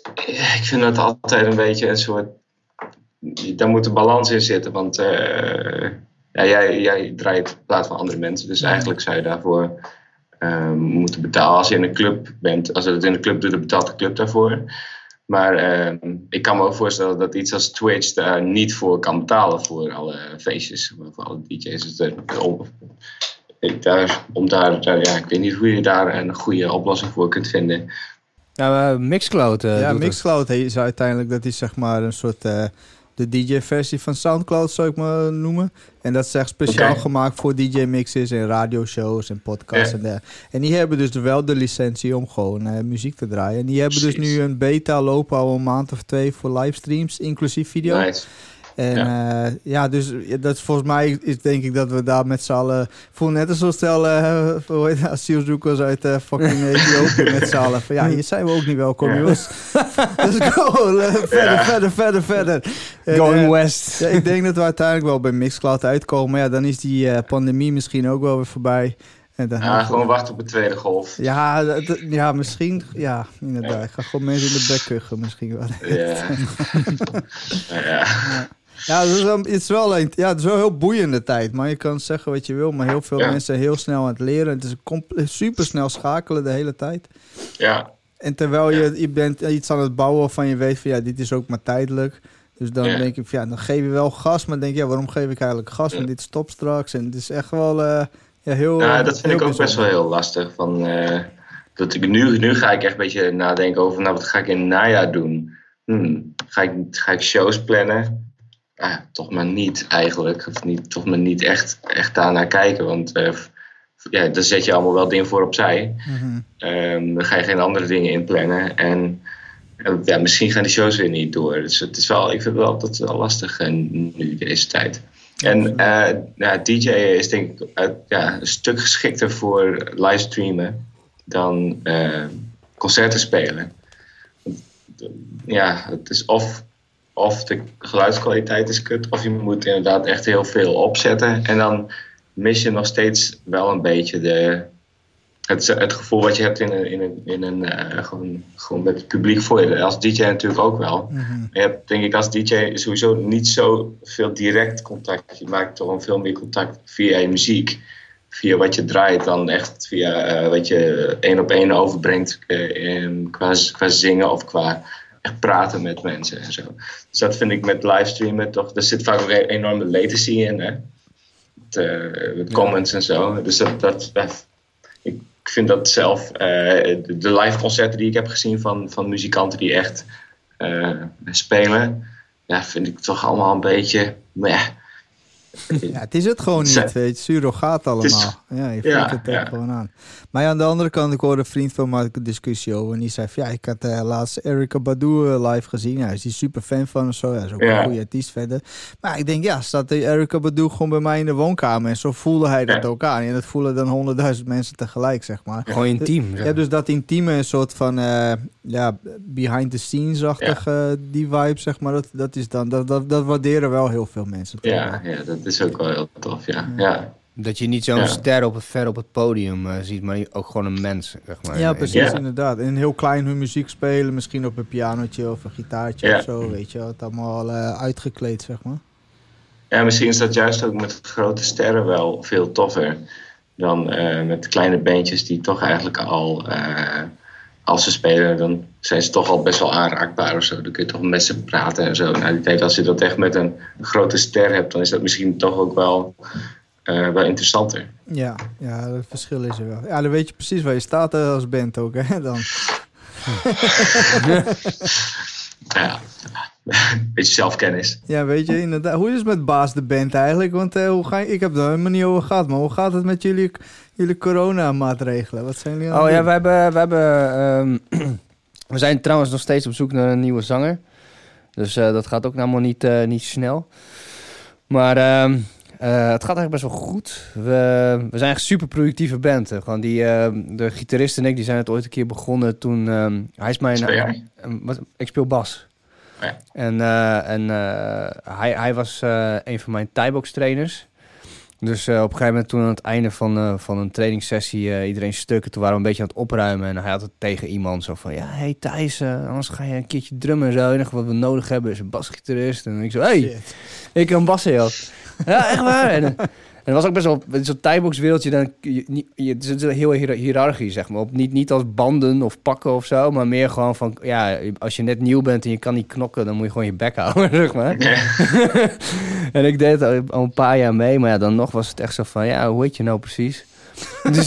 ik vind dat altijd een beetje een soort, daar moet een balans in zitten, want uh, ja, jij, jij draait plaat van andere mensen, dus eigenlijk zou je daarvoor uh, moeten betalen. Als je in een club bent, als je het in een club doet, dan betaalt de club daarvoor. Maar uh, ik kan me ook voorstellen dat iets als Twitch daar niet voor kan betalen voor alle feestjes, voor alle D J's. Dus de, de, om, ik daar, om daar, daar, ja, ik weet niet hoe je daar een goede oplossing voor kunt vinden. Ja, uh, Mixcloud. Uh, ja, doet Mixcloud is uiteindelijk... dat is zeg maar een soort... Uh, de D J-versie van Soundcloud, zou ik maar noemen. En dat is echt speciaal Oké. gemaakt voor D J-mixes en radioshows en podcasts. Ja. En, de, en die hebben dus wel de licentie om gewoon uh, muziek te draaien. En die hebben dus Precies. nu een beta lopen al een maand of twee voor livestreams, inclusief video. Nice. En ja, uh, ja dus ja, dat is volgens mij is denk ik dat we daar met z'n allen... voel net als zo'n stel uh, hoe heet het, asielzoekers uit uh, fucking Ethiopië met z'n allen. Van, ja, hier zijn we ook niet welkom, Ja. jongens. Let's go, uh, verder, Ja. verder, verder, verder. En, Going uh, West. ja, ik denk dat we uiteindelijk wel bij Mixcloud uitkomen. Maar ja, dan is die uh, pandemie misschien ook wel weer voorbij. En dan Ja, gewoon wachten op de tweede golf. ja, dat- dat- ja, misschien. Ja, inderdaad. Ik ga gewoon mensen in de bek kuchen misschien wel. Ja. ja. Ja, het is wel, het is wel een, ja, het is wel een heel boeiende tijd. Maar je kan zeggen wat je wil. Maar heel veel Ja. mensen zijn heel snel aan het leren. Het is een comp- super snel schakelen de hele tijd. Ja. En terwijl je, je bent iets aan het bouwen waarvan je weet van ja, dit is ook maar tijdelijk. Dus dan Ja. denk je van ja, dan geef je wel gas. Maar dan denk je, ja, waarom geef ik eigenlijk gas? Ja. Want dit stopt straks. En het is echt wel uh, ja, heel... Nou, dat vind heel ik ook best wel heel lastig. Van, uh, dat ik nu, nu ga ik echt een beetje nadenken over, nou, wat ga ik in het najaar doen? Hmm, ga, ik, ga ik shows plannen? Ah, toch maar niet eigenlijk. Of niet, toch maar niet echt, echt daarnaar kijken. Want uh, ja, dan zet je allemaal wel dingen voor opzij. Mm-hmm. Um, dan ga je geen andere dingen inplannen. En uh, ja, misschien gaan die shows weer niet door. Dus het is wel, ik vind het wel altijd wel lastig uh, nu deze tijd. En uh, ja, D J is denk ik uh, ja, een stuk geschikter voor livestreamen dan uh, concerten spelen. Ja, het is of, of de geluidskwaliteit is kut, of je moet inderdaad echt heel veel opzetten. En dan mis je nog steeds wel een beetje de, het, het gevoel wat je hebt in een, in een, in een uh, gewoon, gewoon met het publiek voor je. Als D J natuurlijk ook wel. Mm-hmm. Je hebt denk ik als D J sowieso niet zo veel direct contact. Je maakt toch veel meer contact via je muziek. Via wat je draait dan echt via uh, wat je één op één overbrengt uh, in, qua, qua zingen of qua echt praten met mensen en zo. Dus dat vind ik met livestreamen toch, er zit vaak ook een enorme latency in, hè. Met, uh, met comments ja. en zo. Dus dat, dat, dat ik vind dat zelf, uh, de, de live concerten die ik heb gezien van, van muzikanten die echt uh, spelen, ja, vind ik toch allemaal een beetje meh. Ja, het is het gewoon niet, weet je. Surrogaat allemaal. Is, ja, je voelt ja, het er ja. gewoon aan. Maar ja, aan de andere kant, ik hoorde een vriend van mij een discussie over. En die zei van, ja, ik had uh, laatst Erykah Badu uh, live gezien. Ja, is die super fan van of zo. Ja, is ook ja. een goede artiest verder. Maar ik denk, ja, staat de Erykah Badu gewoon bij mij in de woonkamer. En zo voelde hij dat ja. ook aan. En dat voelen dan honderdduizend mensen tegelijk, zeg maar. Gewoon intiem. Ja, dus dat intieme, een soort van, uh, ja, behind the scenes-achtige ja. die vibe, zeg maar. Dat, dat is dan, dat, dat, dat waarderen wel heel veel mensen. Ja, ja, dat is ook wel heel tof, ja. ja. Dat je niet zo'n ja. ster op het, ver op het podium uh, ziet, maar ook gewoon een mens, zeg maar. Ja, precies, ja. inderdaad. En heel klein hun muziek spelen, misschien op een pianotje of een gitaartje ja. of zo, weet je. Het allemaal uh, uitgekleed, zeg maar. Ja, misschien is dat juist ook met grote sterren wel veel toffer dan uh, met kleine bandjes die toch eigenlijk al, uh, als ze spelen, dan zijn ze toch al best wel aanraakbaar of zo. Dan kun je toch met ze praten en zo. Nou, die tijd, als je dat echt met een grote ster hebt, dan is dat misschien toch ook wel... Uh, wel interessanter. Ja, ja, het verschil is er wel. Ja, dan weet je precies waar je staat als band ook, hè, dan. Ja, een beetje zelfkennis. Ja, weet je, inderdaad. Hoe is het met Baas de Band eigenlijk? Want uh, hoe ga je, ik heb er helemaal niet over gehad, maar hoe gaat het met jullie, jullie corona-maatregelen? Wat zijn jullie aan Oh ja, doen? we hebben... We, hebben um, we zijn trouwens nog steeds op zoek naar een nieuwe zanger. Dus uh, dat gaat ook allemaal niet, uh, niet snel. Maar... Um, Uh, het gaat eigenlijk best wel goed. We, we zijn echt een super productieve band. Hè. Gewoon die, uh, de gitarist en ik die zijn het ooit een keer begonnen toen... Um, hij is mijn... Speel jij? Uh, wat, ik speel bas. Oh ja. En, uh, en uh, hij, hij was uh, een van mijn Thai-box trainers. Dus uh, op een gegeven moment toen aan het einde van, uh, van een trainingssessie... Uh, iedereen stukken, toen waren we een beetje aan het opruimen. En hij had het tegen iemand zo van... Ja, hey Thijs, uh, anders ga je een keertje drummen en zo. En wat we nodig hebben is een basgitarist. En ik zo, hey, Shit. ik kan bassen, joh. Ja, echt waar. En, en het was ook best wel... Zo'n Thai-box wereldje, dan... Je, je, het is heel hiërarchisch, zeg maar. Op, niet, niet als banden of pakken of zo, maar meer gewoon van... Ja, als je net nieuw bent en je kan niet knokken, dan moet je gewoon je bek houden, zeg maar. Ja. En ik deed het al een paar jaar mee, maar ja, dan nog was het echt zo van... Ja, hoe heet je nou precies? Dus,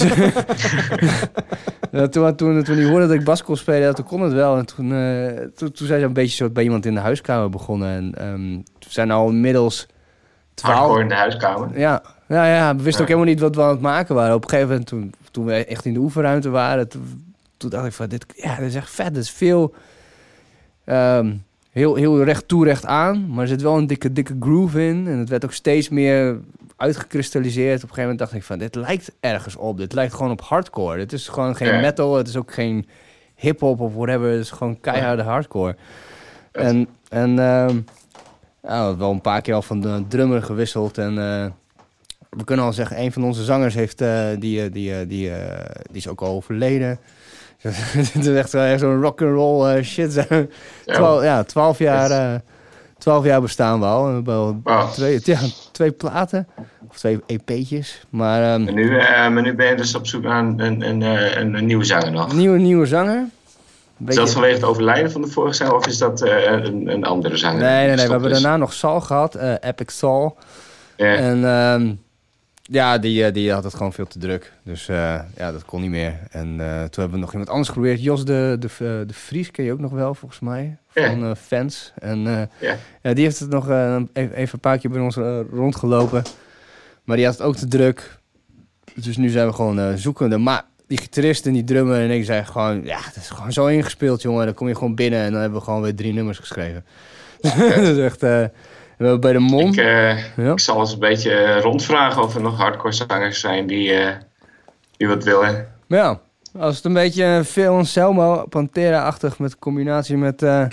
ja, toen, toen, toen hij hoorde dat ik bas kon spelen, toen kon het wel. En toen, uh, toen, toen zijn ze een beetje zo bij iemand in de huiskamer begonnen. En um, toen zijn al inmiddels... Hardcore in de huiskamer? Ja, ja, ja, we wisten ja. ook helemaal niet wat we aan het maken waren. Op een gegeven moment, toen, toen we echt in de oefenruimte waren... Toen, toen dacht ik van, dit, ja, dit is echt vet. Dit is veel... Um, heel, heel recht toe, recht aan. Maar er zit wel een dikke, dikke groove in. En het werd ook steeds meer uitgekristalliseerd. Op een gegeven moment dacht ik van, dit lijkt ergens op. Dit lijkt gewoon op hardcore. Dit is gewoon geen ja. metal. Het is ook geen hip-hop of whatever. Het is gewoon keiharde hardcore. Ja. En... en um, ja, we hebben wel een paar keer al van de drummer gewisseld. En uh, we kunnen al zeggen, een van onze zangers heeft, uh, die, die, die, die, uh, die is ook al overleden. Het is echt, echt zo'n rock'n'roll uh, shit. Twaalf, ja, twaalf jaar, uh, twaalf jaar bestaan we al. We hebben al wow. twee, ja, twee platen. Of twee E P'tjes. Maar, um, en nu, uh, maar nu ben je dus op zoek naar een, een, een, een, een nieuwe zanger nog. Nieuwe, nieuwe zanger. Is dat vanwege het overlijden van de vorige zanger of is dat uh, een, een andere zanger? Nee, nee, nee. We hebben is? daarna nog Saul gehad, uh, Epic Saul. Ja. En um, ja, die, uh, die had het gewoon veel te druk. Dus uh, ja, dat kon niet meer. En uh, toen hebben we nog iemand anders geprobeerd. Jos de, de, de, de Vries ken je ook nog wel, volgens mij. Van Ja. uh, fans. En uh, Ja. ja, die heeft het nog uh, even, even een paar keer bij ons uh, rondgelopen. Maar die had het ook te druk. Dus nu zijn we gewoon uh, zoekende. Maar die gitarist en die drummer en ik zei gewoon... Ja, het is gewoon zo ingespeeld, jongen. Dan kom je gewoon binnen en dan hebben we gewoon weer drie nummers geschreven. dat is echt... Uh, we hebben bij de Mond... Ik, uh, ja. ik zal eens een beetje rondvragen of er nog hardcore zangers zijn die, uh, die wat willen. Maar ja, als het een beetje Phil Anselmo, Pantera-achtig met combinatie met... Uh,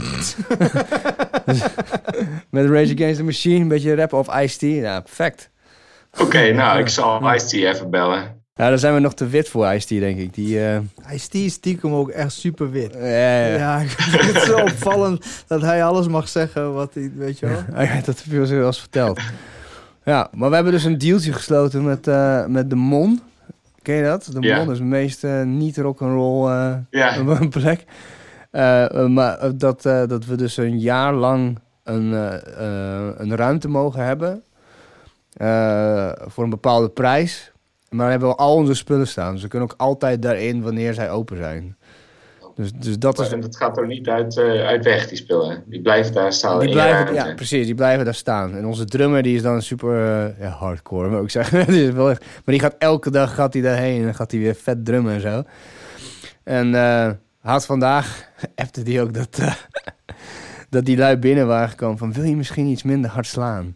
met Rage Against the Machine, een beetje rap of Ice-T. Ja, perfect. Oké, okay, nou, ik zal Ice-T even bellen. Ja, daar zijn we nog te wit voor Ice-T, denk ik. Die, uh... Ice-T is stiekem ook echt super wit. Ja, ja, ja. Ja, ik vind het zo opvallend dat hij alles mag zeggen wat hij, weet je wel. Ja, dat heb je wel eens verteld. Ja, maar we hebben dus een dealtje gesloten met, uh, met de Mon. Ken je dat? De Ja. Mon is de meest uh, niet rock'n'roll uh, Ja. plek. Uh, uh, maar uh, dat, uh, dat we dus een jaar lang een, uh, uh, een ruimte mogen hebben. Uh, voor een bepaalde prijs. Maar dan hebben we al onze spullen staan. Dus we kunnen ook altijd daarin wanneer zij open zijn. Dus, dus dat is... En dat gaat er niet uit, uh, uit weg, die spullen. Die blijven daar staan Die in blijven, je ja, precies, die blijven daar staan. En onze drummer die is dan super uh, ja, hardcore, moet ik zeggen. die is wel echt, maar die gaat elke dag gaat hij daarheen en dan gaat hij weer vet drummen en zo. En uh, had vandaag appte die ook dat, uh, dat die lui binnen waren gekomen van wil je misschien iets minder hard slaan?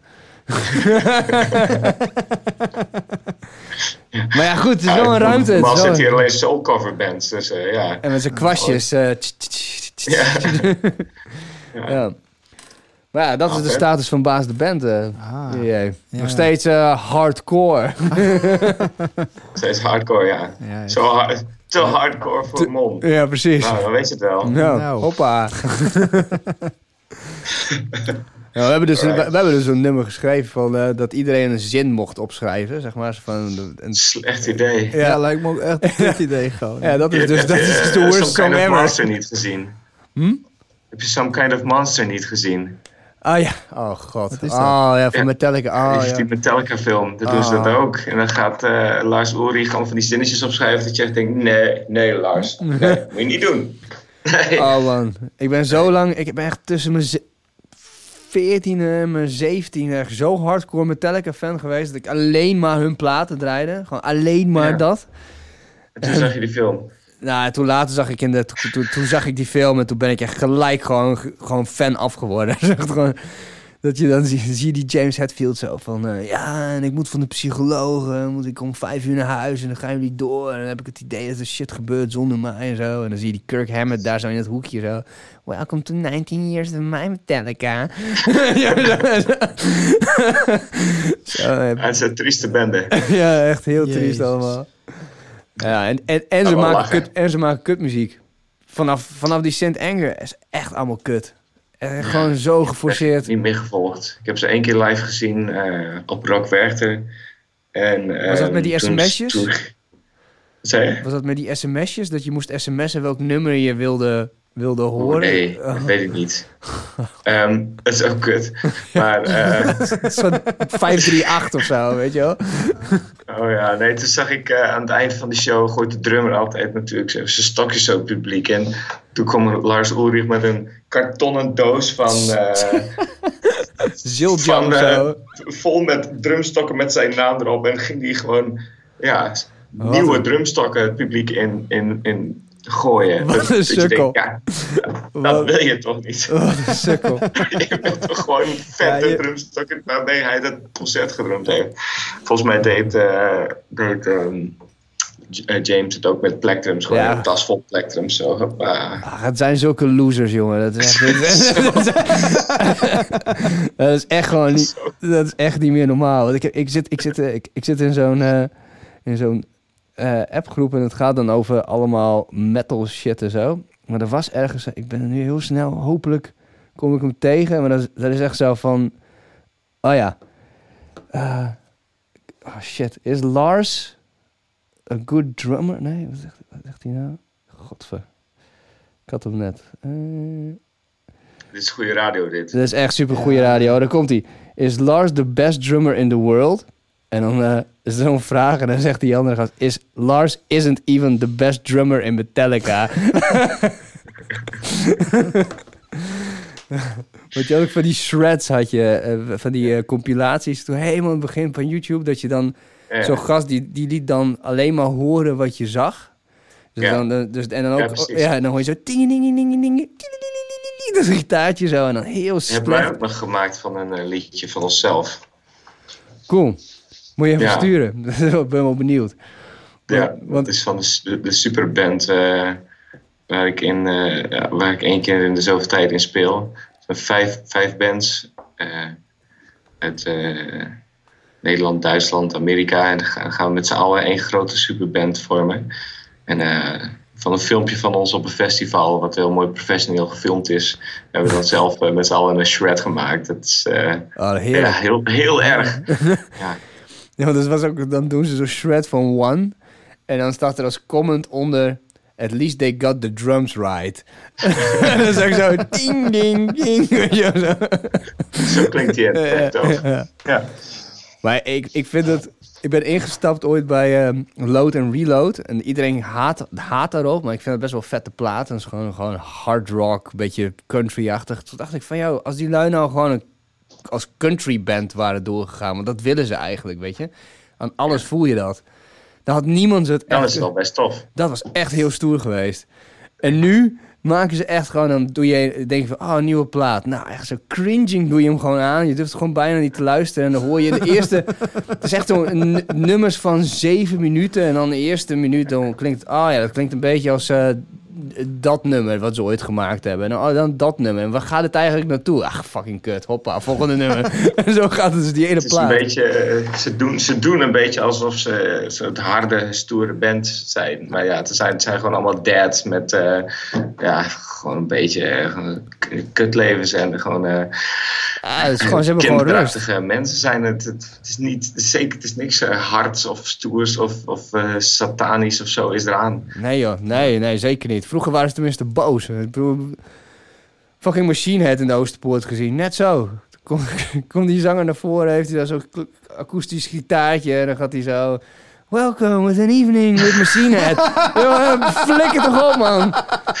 Maar ja, goed, het is ja, wel een ruimte. Het normaal is wel zit een... hier alleen soulcover bands, dus uh, ja. En met zijn kwastjes. Uh, tss, tss, tss, Ja. ja. ja. Maar ja, dat is de Oké. status van Baas de Band. Uh. Ah, Jee. ja. Nog steeds uh, hardcore. Steeds hardcore, ja. Ja, ja. Zo hard, te hardcore voor Te- Mon. ja, precies. Nou, dan weet je het wel. Nou, Nou. hoppa. Ja, we, hebben dus een, we, we hebben dus een nummer geschreven van uh, dat iedereen een zin mocht opschrijven, zeg maar. Van de- een, Slecht idee. Ja, ja, lijkt me ook echt een kut idee gewoon. ja, dat is dus Heb dat je, is dus de uh, worst Some song Kind of ever. Monster niet gezien? Hm? Heb je Some Kind of Monster niet gezien? Ah ja, oh god. Wat is dat? Oh ja, van Ja. Metallica. Oh, Is ja. die Metallica film, daar doen ze Ah. dat ook. En dan gaat uh, Lars Ulrich allemaal van die zinnetjes opschrijven dat je echt denkt, nee, nee Lars, nee, moet je niet doen. Nee. Oh man, ik ben zo lang, ik ben echt tussen mijn ze- veertiende en mijn zeventiende echt zo hardcore Metallica fan geweest dat ik alleen maar hun platen draaide. Gewoon alleen maar Ja. dat. En toen zag je die film. Nou, toen later zag ik in de, toen, toen, toen zag ik die film en toen ben ik echt gelijk gewoon, gewoon fan af geworden. Echt gewoon, dat je dan zie, zie je die James Hetfield zo van, uh, ja, en ik moet van de psycholoog, uh, moet ik om vijf uur naar huis en dan gaan jullie door. En dan heb ik het idee dat er shit gebeurt zonder mij en zo. En dan zie je die Kirk Hammett daar zo in het hoekje zo. Welcome to nineteen years of my Metallica. ja, zo, zo. Zo, uh, Ja, het is een trieste bende. ja, echt heel triest Jezus. allemaal. Ja, en, en, en, ze Kan wel maken lachen. kut, en ze maken kutmuziek. Vanaf, vanaf die Saint Anger is echt allemaal kut. Echt gewoon zo geforceerd. Niet meer gevolgd. Ik heb ze één keer live gezien uh, op Rock Werchter. En, Was dat um, met die toen- sms'jes? toen- Wat zei je? Was dat met die sms'jes? Dat je moest sms'en welk nummer je wilde, wilde Oh, horen? nee, Oh. dat weet ik niet. Um, dat is ook kut. Maar, uh, Zo'n vijf drie acht of zo, weet je wel? oh ja, nee, toen zag ik uh, aan het eind van de show, gooit de drummer altijd natuurlijk zijn stokjes zo op het publiek. En toen kwam Lars Ulrich met een kartonnen doos van, uh, Ziljam van of uh, zo. vol met drumstokken met zijn naam erop. En ging die gewoon, ja, Wat nieuwe een- drumstokken het publiek in, in, in gooien. Wat Dat- een dat je sukkel. denkt, ja, dat Wat- wil je toch niet? Wat een sukkel. Je wilt toch gewoon vette Ja, je- drumstokken waarmee hij dat concert gedrumd heeft. Volgens mij deed, uh, deed um, J- uh, James het ook met plektrums. Gewoon Ja. een tas vol plektrums. Zo. hoppa. Ach, het zijn zulke losers, jongen. Dat is echt, dat is echt gewoon niet, dat is echt niet meer normaal. Want ik, ik, zit, ik, zit, ik, ik zit in zo'n, uh, in zo'n uh, appgroep en het gaat dan over allemaal metal shit en zo. Maar er was ergens, ik ben er nu heel snel, hopelijk kom ik hem tegen. Maar dat, dat is echt zo van, oh ja. Uh, oh shit, is Lars a good drummer? Nee, wat zegt, wat zegt hij nou? Godver. Ik had hem net. Uh... Dit is goede radio, dit. Dit is echt super goede radio. Daar komt hij. Is Lars the best drummer in the world? En dan uh, is er zo'n vraag en dan zegt die andere gast... Is Lars isn't even the best drummer in Metallica. Want je ook van die shreds had je, uh, van die uh, compilaties... Toen helemaal in het begin van YouTube... dat je dan ja. zo'n gast, die, die liet dan alleen maar horen wat je zag. Dus ja. dan, dus, en dan ook... Ja, ja, en dan hoor je zo... Ding, ding, ding, ding, ding, dat is een gitaartje zo en dan heel slecht. Hebben wij ook nog gemaakt van een uh, liedje van onszelf. Cool. Moet je even ja. sturen. Ik ben wel benieuwd. Ja, Want... dat is van de, de, de superband uh, waar, ik in, uh, waar ik één keer in de zoveel tijd in speel. Vijf, vijf bands uh, uit uh, Nederland, Duitsland, Amerika. En dan gaan we met z'n allen één grote superband vormen. En... Uh, van een filmpje van ons op een festival, wat heel mooi professioneel gefilmd is. We hebben dat zelf uh, met z'n allen een shred gemaakt. Dat is uh, oh, ja, heel, heel erg. ja. Ja, dus was ook, dan doen ze zo'n shred van One. En dan staat er als comment onder... At least they got the drums right. En dan zeg ik zo... Ding, ding, ding. Zo, zo klinkt hij echt uh, ja. ja. Maar ik, ik vind het... Ik ben ingestapt ooit bij um, Load and Reload. En iedereen haat, haat daarop. Maar ik vind het best wel vette plaat. Het is gewoon, gewoon hard rock. Een beetje country-achtig. Toen dacht ik van, jou, als die lui nou gewoon een, als country band waren doorgegaan. Want dat willen ze eigenlijk, weet je. Aan alles ja. voel je dat. Dan had niemand het... Dat is wel best tof. Dat was echt heel stoer geweest. En nu maken ze echt gewoon... Dan doe je, denk je van, oh, een nieuwe plaat. Nou, echt zo cringing doe je hem gewoon aan. Je durft gewoon bijna niet te luisteren. En dan hoor je de eerste... Het is echt zo'n n- nummers van zeven minuten. En dan de eerste minuut, dan klinkt het... Oh ja, dat klinkt een beetje als... Uh, dat nummer wat ze ooit gemaakt hebben. En dan, oh, dan dat nummer. En waar gaat het eigenlijk naartoe? Ach, fucking kut. Hoppa, volgende nummer. En zo gaat het dus die hele plaat. Het is een beetje... Uh, ze, doen, ze doen een beetje alsof ze, ze het harde, stoere band zijn. Maar ja, het zijn, het zijn gewoon allemaal dads met... Uh, ja, gewoon een beetje uh, kutlevens en gewoon... Uh, ah, het is gewoon, ze hebben gewoon rust. Mensen zijn het. Het, het is niet... Het is zeker, het is niks uh, hards of stoers of, of uh, satanisch of zo is eraan. Nee joh, nee, nee, zeker niet. Vroeger waren ze tenminste boos. Ik bedoel, fucking Machine Head in de Oosterpoort gezien. Net zo. Komt kom die zanger naar voren, heeft hij daar zo'n akoestisch gitaartje. En dan gaat hij zo... Welcome with an evening with Machine Head. Yo, flikker toch op, man.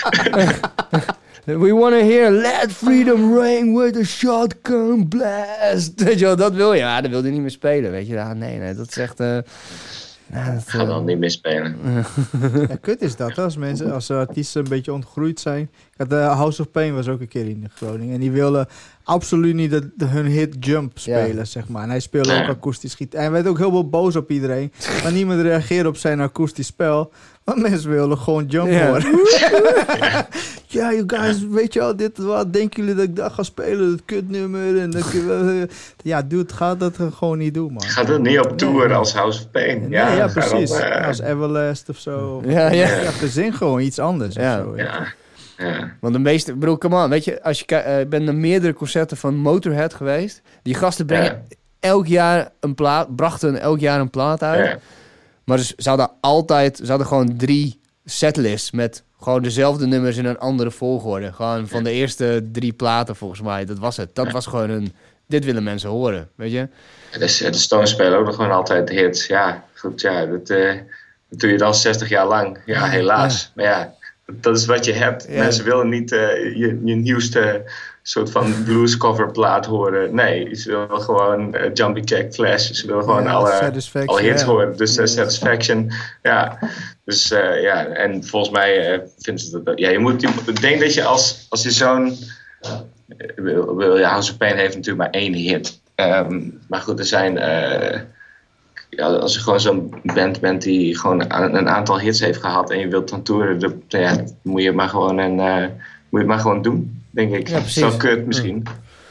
We want to hear Let Freedom Ring with a shotgun blast. Weet je wel, dat wil je. Ja, dat wil hij niet meer spelen, weet je. Ja, nee, nee, dat is echt... Uh, Nou, dat gaat dan niet meer spelen. Ja, kut is dat, als mensen, als artiesten een beetje ontgroeid zijn. Ik had, uh, House of Pain was ook een keer in Groningen. En die wilden absoluut niet de, de, hun hit Jump spelen, ja. zeg maar. En hij speelde ja. ook akoestisch gitaar. En hij werd ook heel veel boos op iedereen. Maar niemand reageerde op zijn akoestisch spel. Want mensen wilden gewoon Jump ja. horen. Ja, ja, you guys, weet je wel, dit, wat denken jullie dat ik dat ga spelen? Dat kutnummer. En dat, ja, dude, ga dat gewoon niet doen, man. Ga dat niet op tour nee. als House of Pain. Ja, nee, ja precies. Dan, uh... als Everlast of zo. Ja, ja. ja verzin gewoon iets anders. Ja. Of zo, ja. Ja. Want de meeste, ik bedoel, come on, weet je, als je uh, ik ben naar meerdere concerten van Motorhead geweest. Die gasten brengen ja. elk jaar een plaat, brachten elk jaar een plaat uit. Ja. Maar dus, ze hadden altijd, ze hadden gewoon drie setlists met gewoon dezelfde nummers in een andere volgorde. Gewoon van de eerste drie platen volgens mij, dat was het. Dat ja. was gewoon een, dit willen mensen horen, weet je. Ja, dus, de Stones spelen ook nog gewoon altijd hits. Ja, goed, ja, dat, uh, dat doe je dan zestig jaar lang. Ja, helaas. Ja. Maar ja, dat is wat je hebt. Ja. Mensen willen niet uh, je, je nieuwste soort van blues cover plaat horen. Nee, ze willen gewoon uh, Jumpy Jack Flash. Ze willen gewoon ja, alle, alle hits ja. horen. Dus uh, Satisfaction. Ja, dus uh, ja, en volgens mij uh, vinden ze dat... Ja, je moet... Je, ik denk dat je als, als je zo'n... Uh, wil, wil, ja, House of Pain heeft natuurlijk maar één hit. Um, maar goed, er zijn... Uh, ja, als je gewoon zo'n band bent die gewoon een, een aantal hits heeft gehad en je wilt dan toeren, dan ja, moet je het maar gewoon en uh, moet je het maar gewoon doen, denk ik. Ja, zo kut misschien.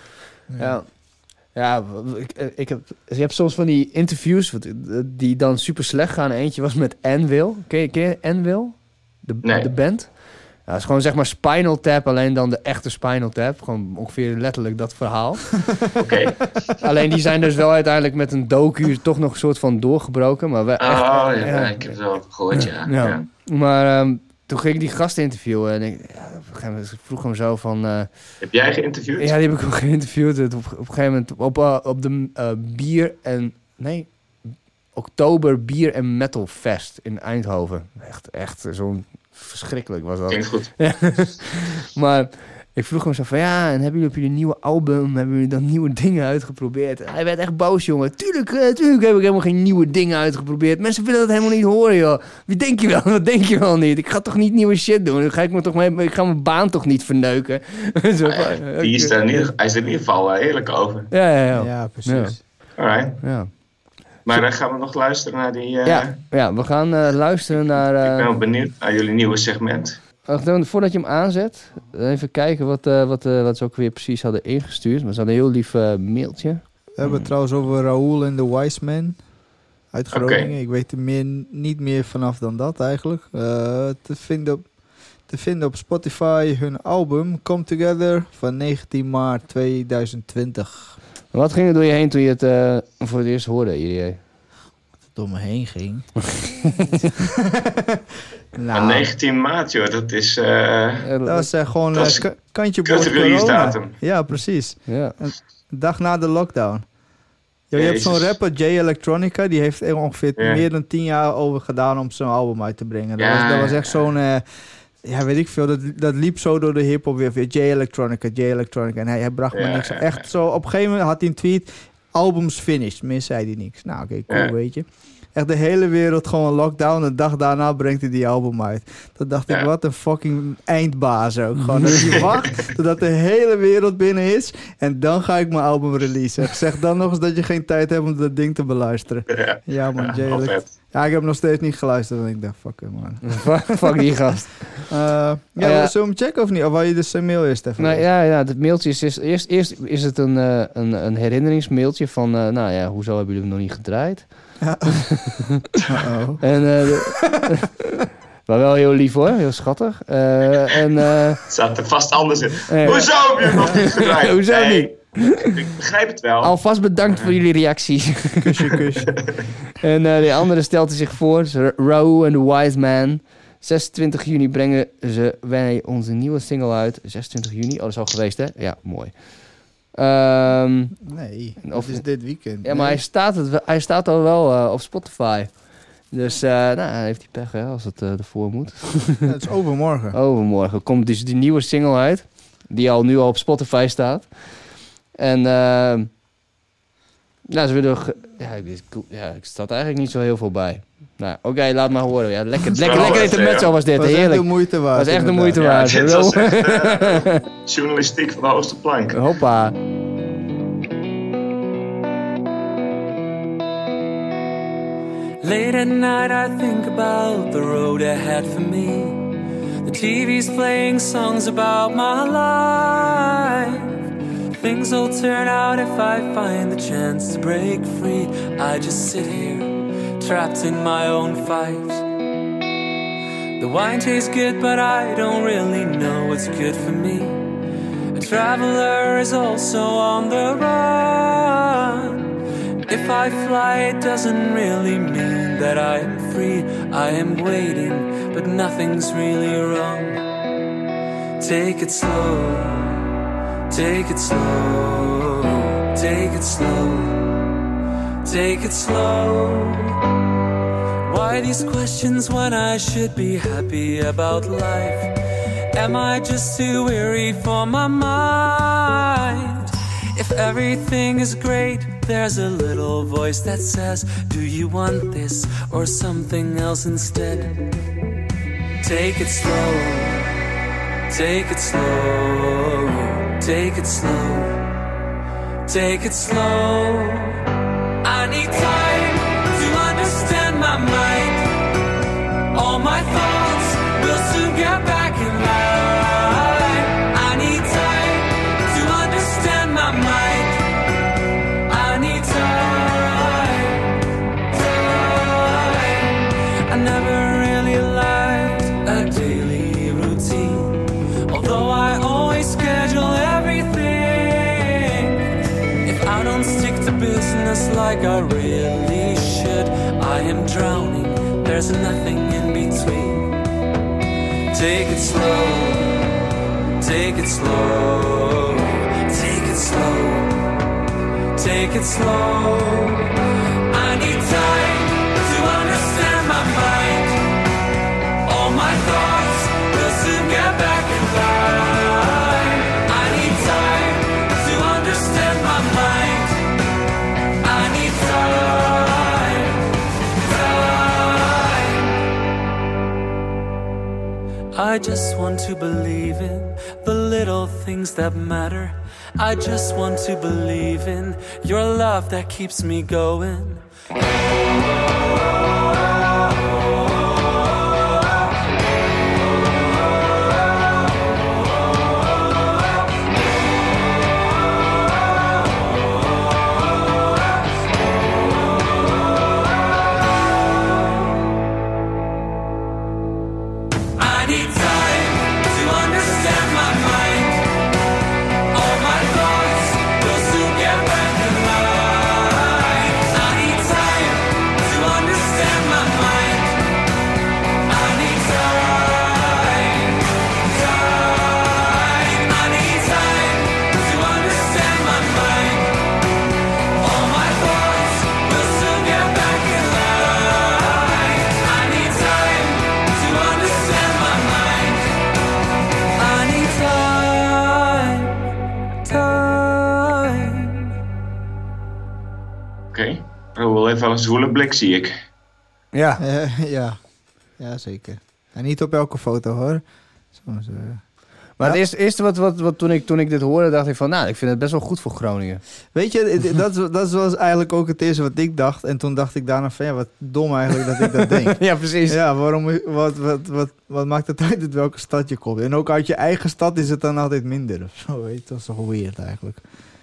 Ja, ja, ik, ik heb, je hebt soms van die interviews die dan super slecht gaan. Eentje was met Anvil. Ken je, ken je Anvil? De, nee. de band? Ja, het is gewoon zeg maar Spinal Tap, alleen dan de echte Spinal Tap. Gewoon ongeveer letterlijk dat verhaal. Oké. Okay. Alleen die zijn dus wel uiteindelijk met een docu toch nog een soort van doorgebroken. Maar we oh, echt, ja, ja, ja, ik heb het wel gehoord, ja. ja. ja. Maar um, toen ging ik die gast interviewen en ik, ja, een gegeven moment vroeg hem zo van... Uh, heb jij geïnterviewd? Ja, die heb ik ook geïnterviewd. Op, op een gegeven moment op, uh, op de uh, bier en... Nee, Oktober Bier en Metal Fest in Eindhoven. Echt, echt zo'n verschrikkelijk was dat. Klinkt goed. Maar ik vroeg hem zo van... Ja, en hebben jullie op jullie nieuwe album... Hebben jullie dan nieuwe dingen uitgeprobeerd? En hij werd echt boos, jongen. Tuurlijk, uh, tuurlijk heb ik helemaal geen nieuwe dingen uitgeprobeerd. Mensen willen dat helemaal niet horen, joh. Wie denk je wel? Dat denk je wel niet. Ik ga toch niet nieuwe shit doen? Dan ga ik, me toch mee, ik ga mijn baan toch niet verneuken? zo, ah, ja, die is er in ieder, hij is er in ieder geval uh, eerlijk over. Ja, ja, ja. Ja, precies. Ja. Alright. Ja. Maar dan uh, gaan we nog luisteren naar die... Uh, ja, ja, we gaan uh, luisteren naar... Uh, ik ben wel benieuwd naar jullie nieuwe segment. Wacht, voordat je hem aanzet, even kijken wat, uh, wat, uh, wat ze ook weer precies hadden ingestuurd. Maar ze hadden een heel lief uh, mailtje. We hebben het trouwens over Raoul en de Wise Man uit Groningen. Okay. Ik weet er meer, niet meer vanaf dan dat eigenlijk. Uh, te, vinden op, te vinden op Spotify hun album Come Together van negentien maart tweeduizend twintig. Wat ging er door je heen toen je het uh, voor het eerst hoorde, J J? Wat het door me heen ging? nou, negentien maart, joh, dat is... Uh, dat was uh, gewoon een uh, kantje boord release datum. Ja, precies. Ja. Een dag na de lockdown. Ja, je hebt zo'n rapper, J Electronica, die heeft er ongeveer ja. meer dan tien jaar over gedaan om zijn album uit te brengen. Dat, ja, was, dat was echt zo'n... Uh, ja, weet ik veel. Dat, dat liep zo door de hiphop weer. J Electronica, J Electronica. En hij, hij bracht ja, me niks. Echt zo, op een gegeven moment had hij een tweet... Albums finished. Meer zei hij niks. Nou, oké, okay, cool, ja. weet je. Echt de hele wereld gewoon lockdown. Een dag daarna brengt hij die album uit. Dat dacht ja. ik, wat een fucking eindbaas ook. Gewoon dat je wacht totdat de hele wereld binnen is. En dan ga ik mijn album releasen. Zeg dan nog eens dat je geen tijd hebt om dat ding te beluisteren. Ja, ja man. J Electronica. Ja, ik heb nog steeds niet geluisterd. En ik dacht, fuck it, man. Fuck die gast. Uh, ja, uh, ja. Zullen we hem checken of niet? Of wil je dus zijn mail eerst even? Nou, ja, ja, het mailtje is... is eerst, eerst is het een, uh, een, een herinneringsmailtje van... Uh, nou ja, hoezo hebben jullie hem nog niet gedraaid? Ja. Uh-oh. En... Uh, de, maar wel heel lief hoor, heel schattig. Uh, en, uh, het staat er vast anders in. Uh, hoezo heb je hem nog niet gedraaid? Hoezo nee. niet? Ik begrijp het wel. Alvast bedankt voor jullie reactie. Kusje, kusje. En uh, de andere stelt hij zich voor. Raoul and the Wise Man. zesentwintig juni brengen ze wij onze nieuwe single uit. zesentwintig juni, oh dat is al geweest hè? Ja, mooi. Um, nee, of is dit weekend. Ja, nee. maar hij staat, het, hij staat al wel uh, op Spotify. Dus uh, nou, heeft hij pech hè, als het uh, ervoor moet. Ja, het is overmorgen. Overmorgen komt dus die nieuwe single uit. Die al nu al op Spotify staat. En uh, nou, ze willen... Ge- ja, ik, ja, ik staat eigenlijk niet zo heel veel bij. Nou, oké, okay, laat maar horen. Ja, lekker lekker, lekker intermezzo was dit. Was heerlijk. echt de moeite waard. Was echt de moeite waard. Ja, dit was echt, uh, journalistiek van de hoogste plank. Hoppa. Late at night I think about the road ahead for me. The T V's playing songs about my life. Things will turn out if I find the chance to break free. I just sit here, trapped in my own fight. The wine tastes good, but I don't really know what's good for me. A traveler is also on the run. If I fly, it doesn't really mean that I am free. I am waiting, but nothing's really wrong. Take it slow. Take it slow, take it slow, take it slow. Why these questions when I should be happy about life? Am I just too weary for my mind? If everything is great, there's a little voice that says, do you want this or something else instead? Take it slow, take it slow. Take it slow, take it slow. I need time to understand my mind. All my thoughts will soon get back in line. I need time to understand my mind. I need time, time. I never really liked a daily routine, although I always schedule it. Stick to business like I really should. I am drowning, there's nothing in between. Take it slow, take it slow, take it slow, take it slow. I need time to understand my mind. All my thoughts will soon get back in line. I need time to understand my mind. I need time, time. I just want to believe in the little things that matter. I just want to believe in your love that keeps me going. Even een zwoele blik, zie ik. Ja. Uh, ja. ja, zeker. En niet op elke foto, hoor. Soms, uh... Maar ja. het eerste, eerste wat, wat, wat toen, ik, toen ik dit hoorde, dacht ik van... nou, ik vind het best wel goed voor Groningen. Weet je, dat, dat was eigenlijk ook het eerste wat ik dacht. En toen dacht ik daarna van... ja, wat dom eigenlijk dat ik dat denk. Ja, precies. Ja, waarom... Wat, wat, wat, wat maakt het uit uit welke stad je komt? En ook uit je eigen stad is het dan altijd minder. Of zo, weet je. Dat is toch weird eigenlijk.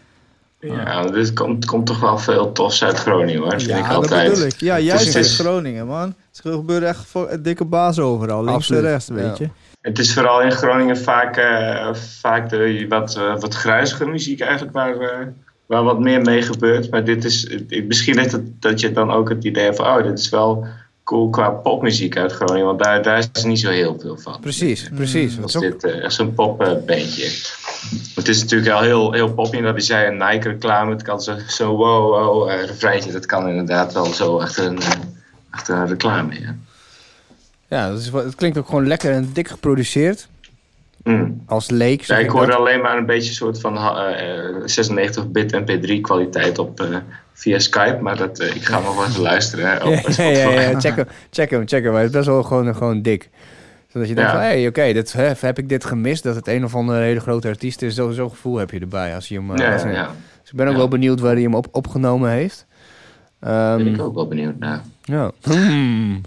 Ja, dit komt, komt toch wel veel tofs uit Groningen, hoor. Dat vind ja, ik altijd. dat bedoel ik. Ja, juist het uit is, Groningen, man. Er gebeurt echt een dikke baas overal. Links Absoluut. en rechts, weet ja. je. Het is vooral in Groningen vaak, uh, vaak de wat, uh, wat gruizige muziek eigenlijk waar, uh, waar wat meer mee gebeurt. Maar dit is, uh, misschien is het dat je dan ook het idee hebt van... oh, dit is wel cool qua popmuziek uit Groningen. Want daar, daar is er niet zo heel veel van. Precies, precies. Dat is dit uh, echt zo'n popbeentje. Uh, het is natuurlijk al heel, heel poppy. En dat je zei, een Nike-reclame. Het kan zo'n zo wow, wow uh, refreintje. Dat kan inderdaad wel zo achter een, uh, achter een reclame, ja. Ja, dat is, het klinkt ook gewoon lekker en dik geproduceerd. Mm. Als leek. Ja, ik ik hoorde dat. alleen maar een beetje een soort van uh, zesennegentig bit M P drie kwaliteit op uh, via Skype. Maar dat, uh, ik ga nog wel even luisteren. Hè, op ja, ja, ja, ja, check hem, check hem, check hem. Maar het is best wel gewoon, gewoon dik. Zodat je denkt Ja. van, hé, hey, oké, okay, hè, heb ik dit gemist? Dat het een of andere hele grote artiest is. Zo'n zo gevoel heb je erbij. Als je hem, ja, als ja, hij, ja. Dus ik ben ook Ja. wel benieuwd waar hij hem op, opgenomen heeft. Daar Um, ben ik ook wel benieuwd naar. Ja. Hmm.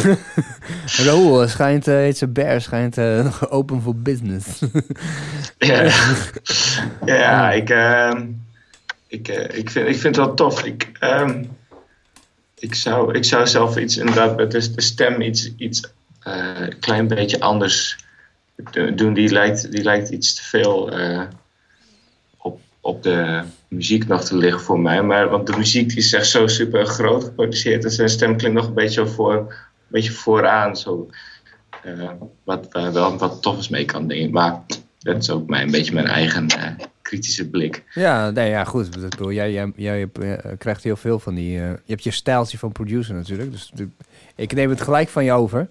Raoul schijnt, uh, heet zijn bear, schijnt uh, nog open voor business. Ja, ja ik, uh, ik, uh, ik, vind, ik vind het wel tof. Ik, um, ik, zou, ik zou zelf iets, inderdaad, met de stem iets, iets uh, een klein beetje anders doen. Die lijkt, die lijkt iets te veel uh, op, op de muziek nog te liggen voor mij. Maar, want de muziek die is echt zo super groot geproduceerd. En zijn stem klinkt nog een beetje, voor, een beetje vooraan. Zo, uh, wat uh, wel wat tof is mee kan dingen. Maar dat is ook mijn, een beetje mijn eigen uh, kritische blik. Ja, nee, ja, goed. Ik bedoel, jij, jij, jij hebt, uh, krijgt heel veel van die... Uh, je hebt je stijltje van producer natuurlijk. Dus de, ik neem het gelijk van je over.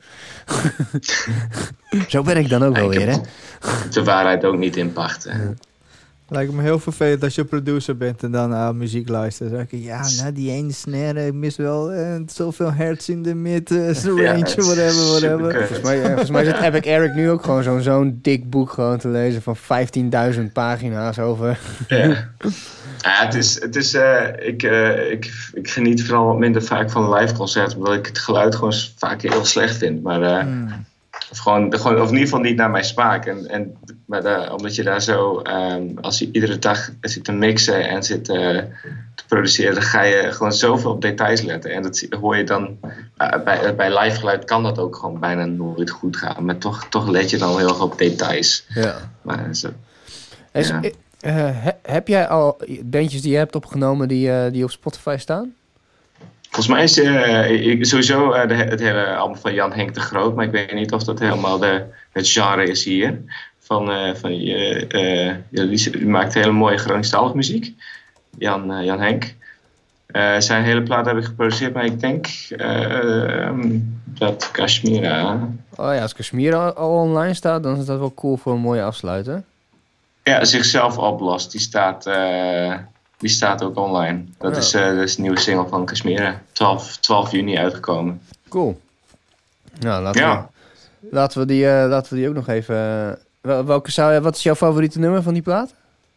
Zo ben ik dan ook Ja, wel weer, hè? De waarheid ook niet in pachten. Ja. Lijkt me heel vervelend als je producer bent en dan naar uh, muziek luistert. Dan denk ik, ja, nou die ene snare, ik mis wel uh, zoveel hertz in de mid, uh, range, Ja, whatever, whatever. Volgens mij, uh, volgens mij zit Epic Eric nu ook gewoon zo'n zo'n dik boek gewoon te lezen van vijftienduizend pagina's over. Ja. Ja, het is, het is, uh, ik, uh, ik, ik geniet vooral wat minder vaak van live concerten, omdat ik het geluid gewoon vaak heel slecht vind. Maar uh, Hmm. Of, gewoon, gewoon, of in ieder geval niet naar mijn smaak. En, en, maar daar, omdat je daar zo, um, als je iedere dag zit te mixen en zit uh, te produceren, dan ga je gewoon zoveel op details letten. En dat hoor je dan, uh, bij, bij live geluid kan dat ook gewoon bijna nooit goed gaan. Maar toch, toch let je dan heel erg op details. Ja. Maar zo, Is, ja. uh, he, heb jij al bandjes die je hebt opgenomen die, uh, die op Spotify staan? Volgens mij is uh, ik, sowieso uh, de, het hele album van Jan Henk te groot. Maar ik weet niet of dat helemaal de, het genre is hier. Van, uh, van uh, uh, die maakt hele mooie Groningstalige muziek. Jan, uh, Jan Henk. Uh, zijn hele plaat heb ik geproduceerd. Maar ik denk uh, dat Kashmira... Oh ja, als Kashmira al online staat, dan is dat wel cool voor een mooie afsluiter. Ja, zichzelf oplost. Die staat... Uh, Die staat ook online. Dat, ja. is, uh, dat is een nieuwe single van Kashmira. twaalf juni uitgekomen. Cool. Nou, laten, ja. we, laten, we, die, uh, laten we die ook nog even... Uh, welke zou, wat is jouw favoriete nummer van die plaat?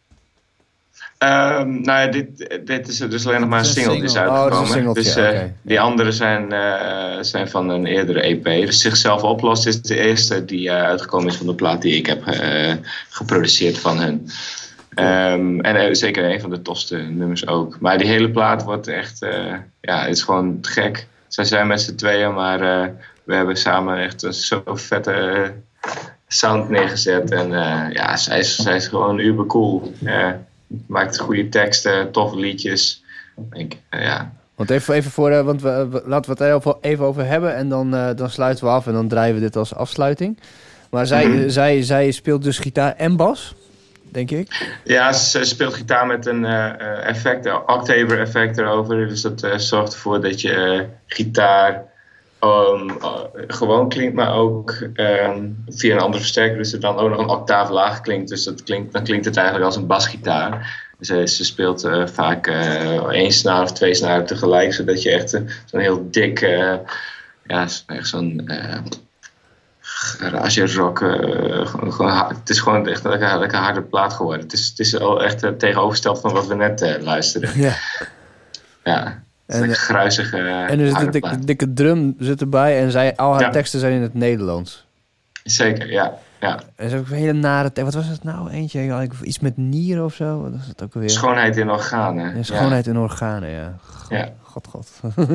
Um, nou ja, dit, dit is dus alleen nog maar een single die is uitgekomen. Oh, dat is een singeltje, dus uh, okay. die andere zijn, uh, zijn van een eerdere E P. Dus Zichzelf Oplost is de eerste die uh, uitgekomen is van de plaat die ik heb uh, geproduceerd van hun. Um, en uh, zeker een van de tofste nummers ook. Maar die hele plaat wordt echt... Uh, ja, het is gewoon gek. Zij zijn met z'n tweeën, maar uh, we hebben samen echt een zo vette uh, sound neergezet. En uh, ja, zij is, zij is gewoon uber cool. Uh, maakt goede teksten, toffe liedjes. Ik, uh, ja. Want even, even voor... Uh, want we, we, laten we het er even over hebben. En dan, uh, dan sluiten we af en dan draaien we dit als afsluiting. Maar zij, mm-hmm. zij, zij speelt dus gitaar en bas... denk ik. Ja, ze speelt gitaar met een uh, effect, een Octaver effect erover. Dus dat uh, zorgt ervoor dat je uh, gitaar um, uh, gewoon klinkt, maar ook um, via een andere versterker. Dus er dan ook nog een octaaf laag klinkt. Dus dat klinkt, dan klinkt het eigenlijk als een basgitaar. Dus, uh, ze speelt uh, vaak uh, één snaar of twee snaren tegelijk, zodat je echt uh, zo'n heel dik, uh, ja, echt zo'n... Uh, garage rock, uh, gewoon, gewoon, het is gewoon echt een lekker, lekker harde plaat geworden. Het is, het is al echt uh, tegenovergesteld van wat we net uh, luisterden. Ja. Ja, het is een gruizige uh, en er zit een dikke, dikke drum zit erbij en zij, al haar ja. teksten zijn in het Nederlands. Zeker, ja. ja. En er is ook een hele nare tekst. Wat was het nou? Eentje, iets met nieren of zo? Wat was het ook alweer? Schoonheid in organen. Ja, schoonheid ja. in organen, ja. God, ja. God, God.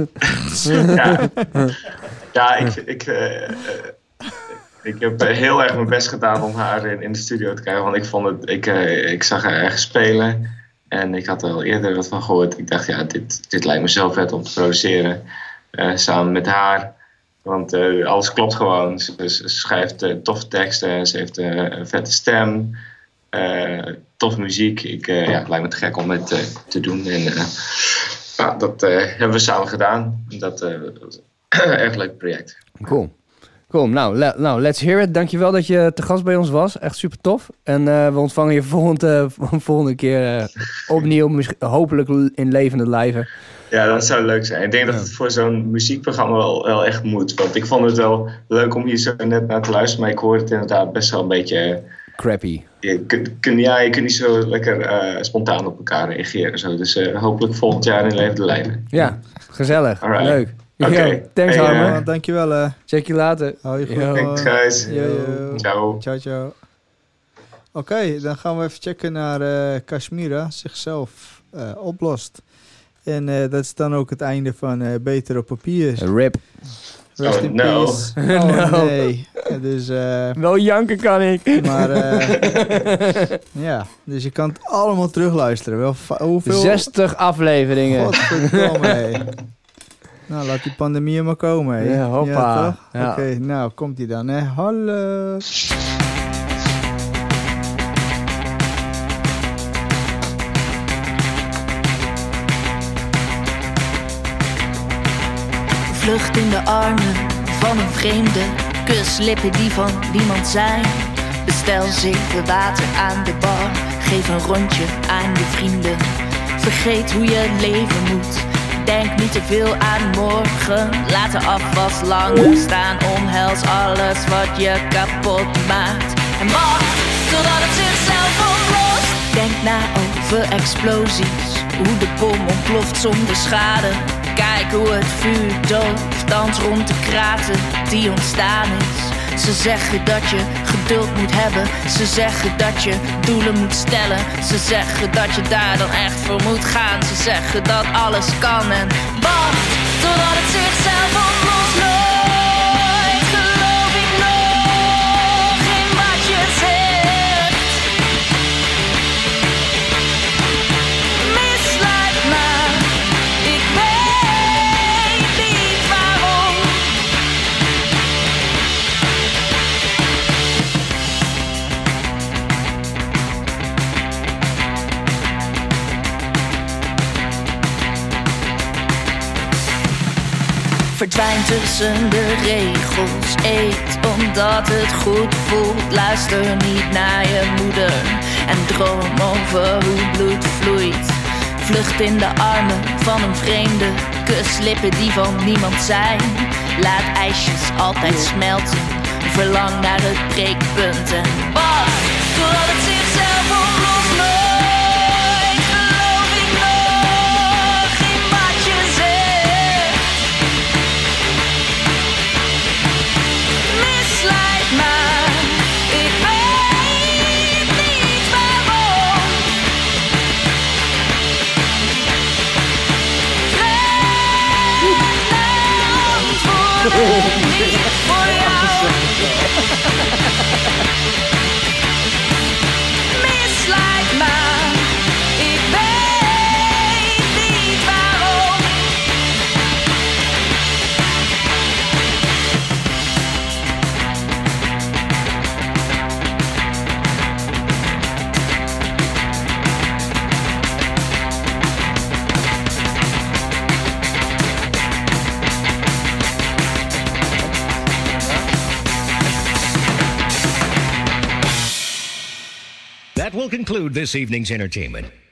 ja. ja, ik... ik uh, uh, Ik heb heel erg mijn best gedaan om haar in, in de studio te krijgen. Want ik, vond het, ik, uh, ik zag haar ergens spelen. En ik had er al eerder wat van gehoord. Ik dacht, ja, dit, dit lijkt me zo vet om te produceren. Uh, samen met haar. Want uh, alles klopt gewoon. Ze, ze schrijft uh, toffe teksten. Ze heeft uh, een vette stem. Uh, toffe muziek. Ik, uh, ja, het lijkt me te gek om het uh, te doen. En uh, nou, dat uh, hebben we samen gedaan. Dat uh, was een erg leuk project. Cool. Cool, nou, le- nou, let's hear it. Dankjewel dat je te gast bij ons was. Echt super tof. En uh, we ontvangen je volgende, volgende keer uh, opnieuw, misschien, hopelijk in levende lijven. Ja, dat zou leuk zijn. Ik denk ja. dat het voor zo'n muziekprogramma wel, wel echt moet. Want ik vond het wel leuk om hier zo net naar te luisteren. Maar ik hoorde het inderdaad best wel een beetje... crappy. Je kunt, kun, ja, je kunt niet zo lekker uh, spontaan op elkaar reageren. Zo. Dus uh, hopelijk volgend jaar in levende lijven. Ja, gezellig. Alright. Leuk. Oké. Okay. Thanks, hey, Harmen. Uh, dankjewel. Uh. Check je later. Hou je goed. Yo. Thanks, guys. Yo, yo. Ciao. Ciao, ciao. Oké, okay, dan gaan we even checken naar uh, Kashmira zichzelf uh, oplost. En uh, dat is dan ook het einde van uh, Beter op Papier. Rip. Rest oh, in no. peace. Oh no. Nee. Dus, uh, wel janken kan ik. Maar uh, ja, dus je kan het allemaal terugluisteren. Wel, hoeveel? zestig afleveringen. Godverdomme, hey. Nou, laat die pandemie er maar komen, hè. Ja, hoppa. Ja, ja. Oké, okay, nou, komt die dan, hè. Hallo. Vlucht in de armen van een vreemde. Kus lippen die van niemand zijn. Bestel zeven water aan de bar. Geef een rondje aan je vrienden. Vergeet hoe je leven moet. Denk niet te veel aan morgen. Laat de afwas langer staan. Omhels alles wat je kapot maakt. En wacht totdat het zichzelf oplost. Denk na over explosies. Hoe de bom ontploft zonder schade. Kijk hoe het vuur dooft. Dans rond de kraten die ontstaan is. Ze zeggen dat je geduld moet hebben. Ze zeggen dat je doelen moet stellen. Ze zeggen dat je daar dan echt voor moet gaan. Ze zeggen dat alles kan en wacht totdat het zichzelf oplost. Nooit geloof ik nog in wat je zegt. Misleid maar, ik weet Verdwijn tussen de regels, eet omdat het goed voelt. Luister niet naar je moeder en droom over hoe bloed vloeit. Vlucht in de armen van een vreemde, kus lippen die van niemand zijn. Laat ijsjes altijd smelten, verlang naar het breekpunt. En wacht, totdat het zichzelf oplost. Nooit geloof ik nog in wat je zegt. Misleid maar, ik weet niet waarom. Vraag naar antwoorden, niet voor jou. Misleid maar, ik weet niet waarom. That will conclude this evening's entertainment.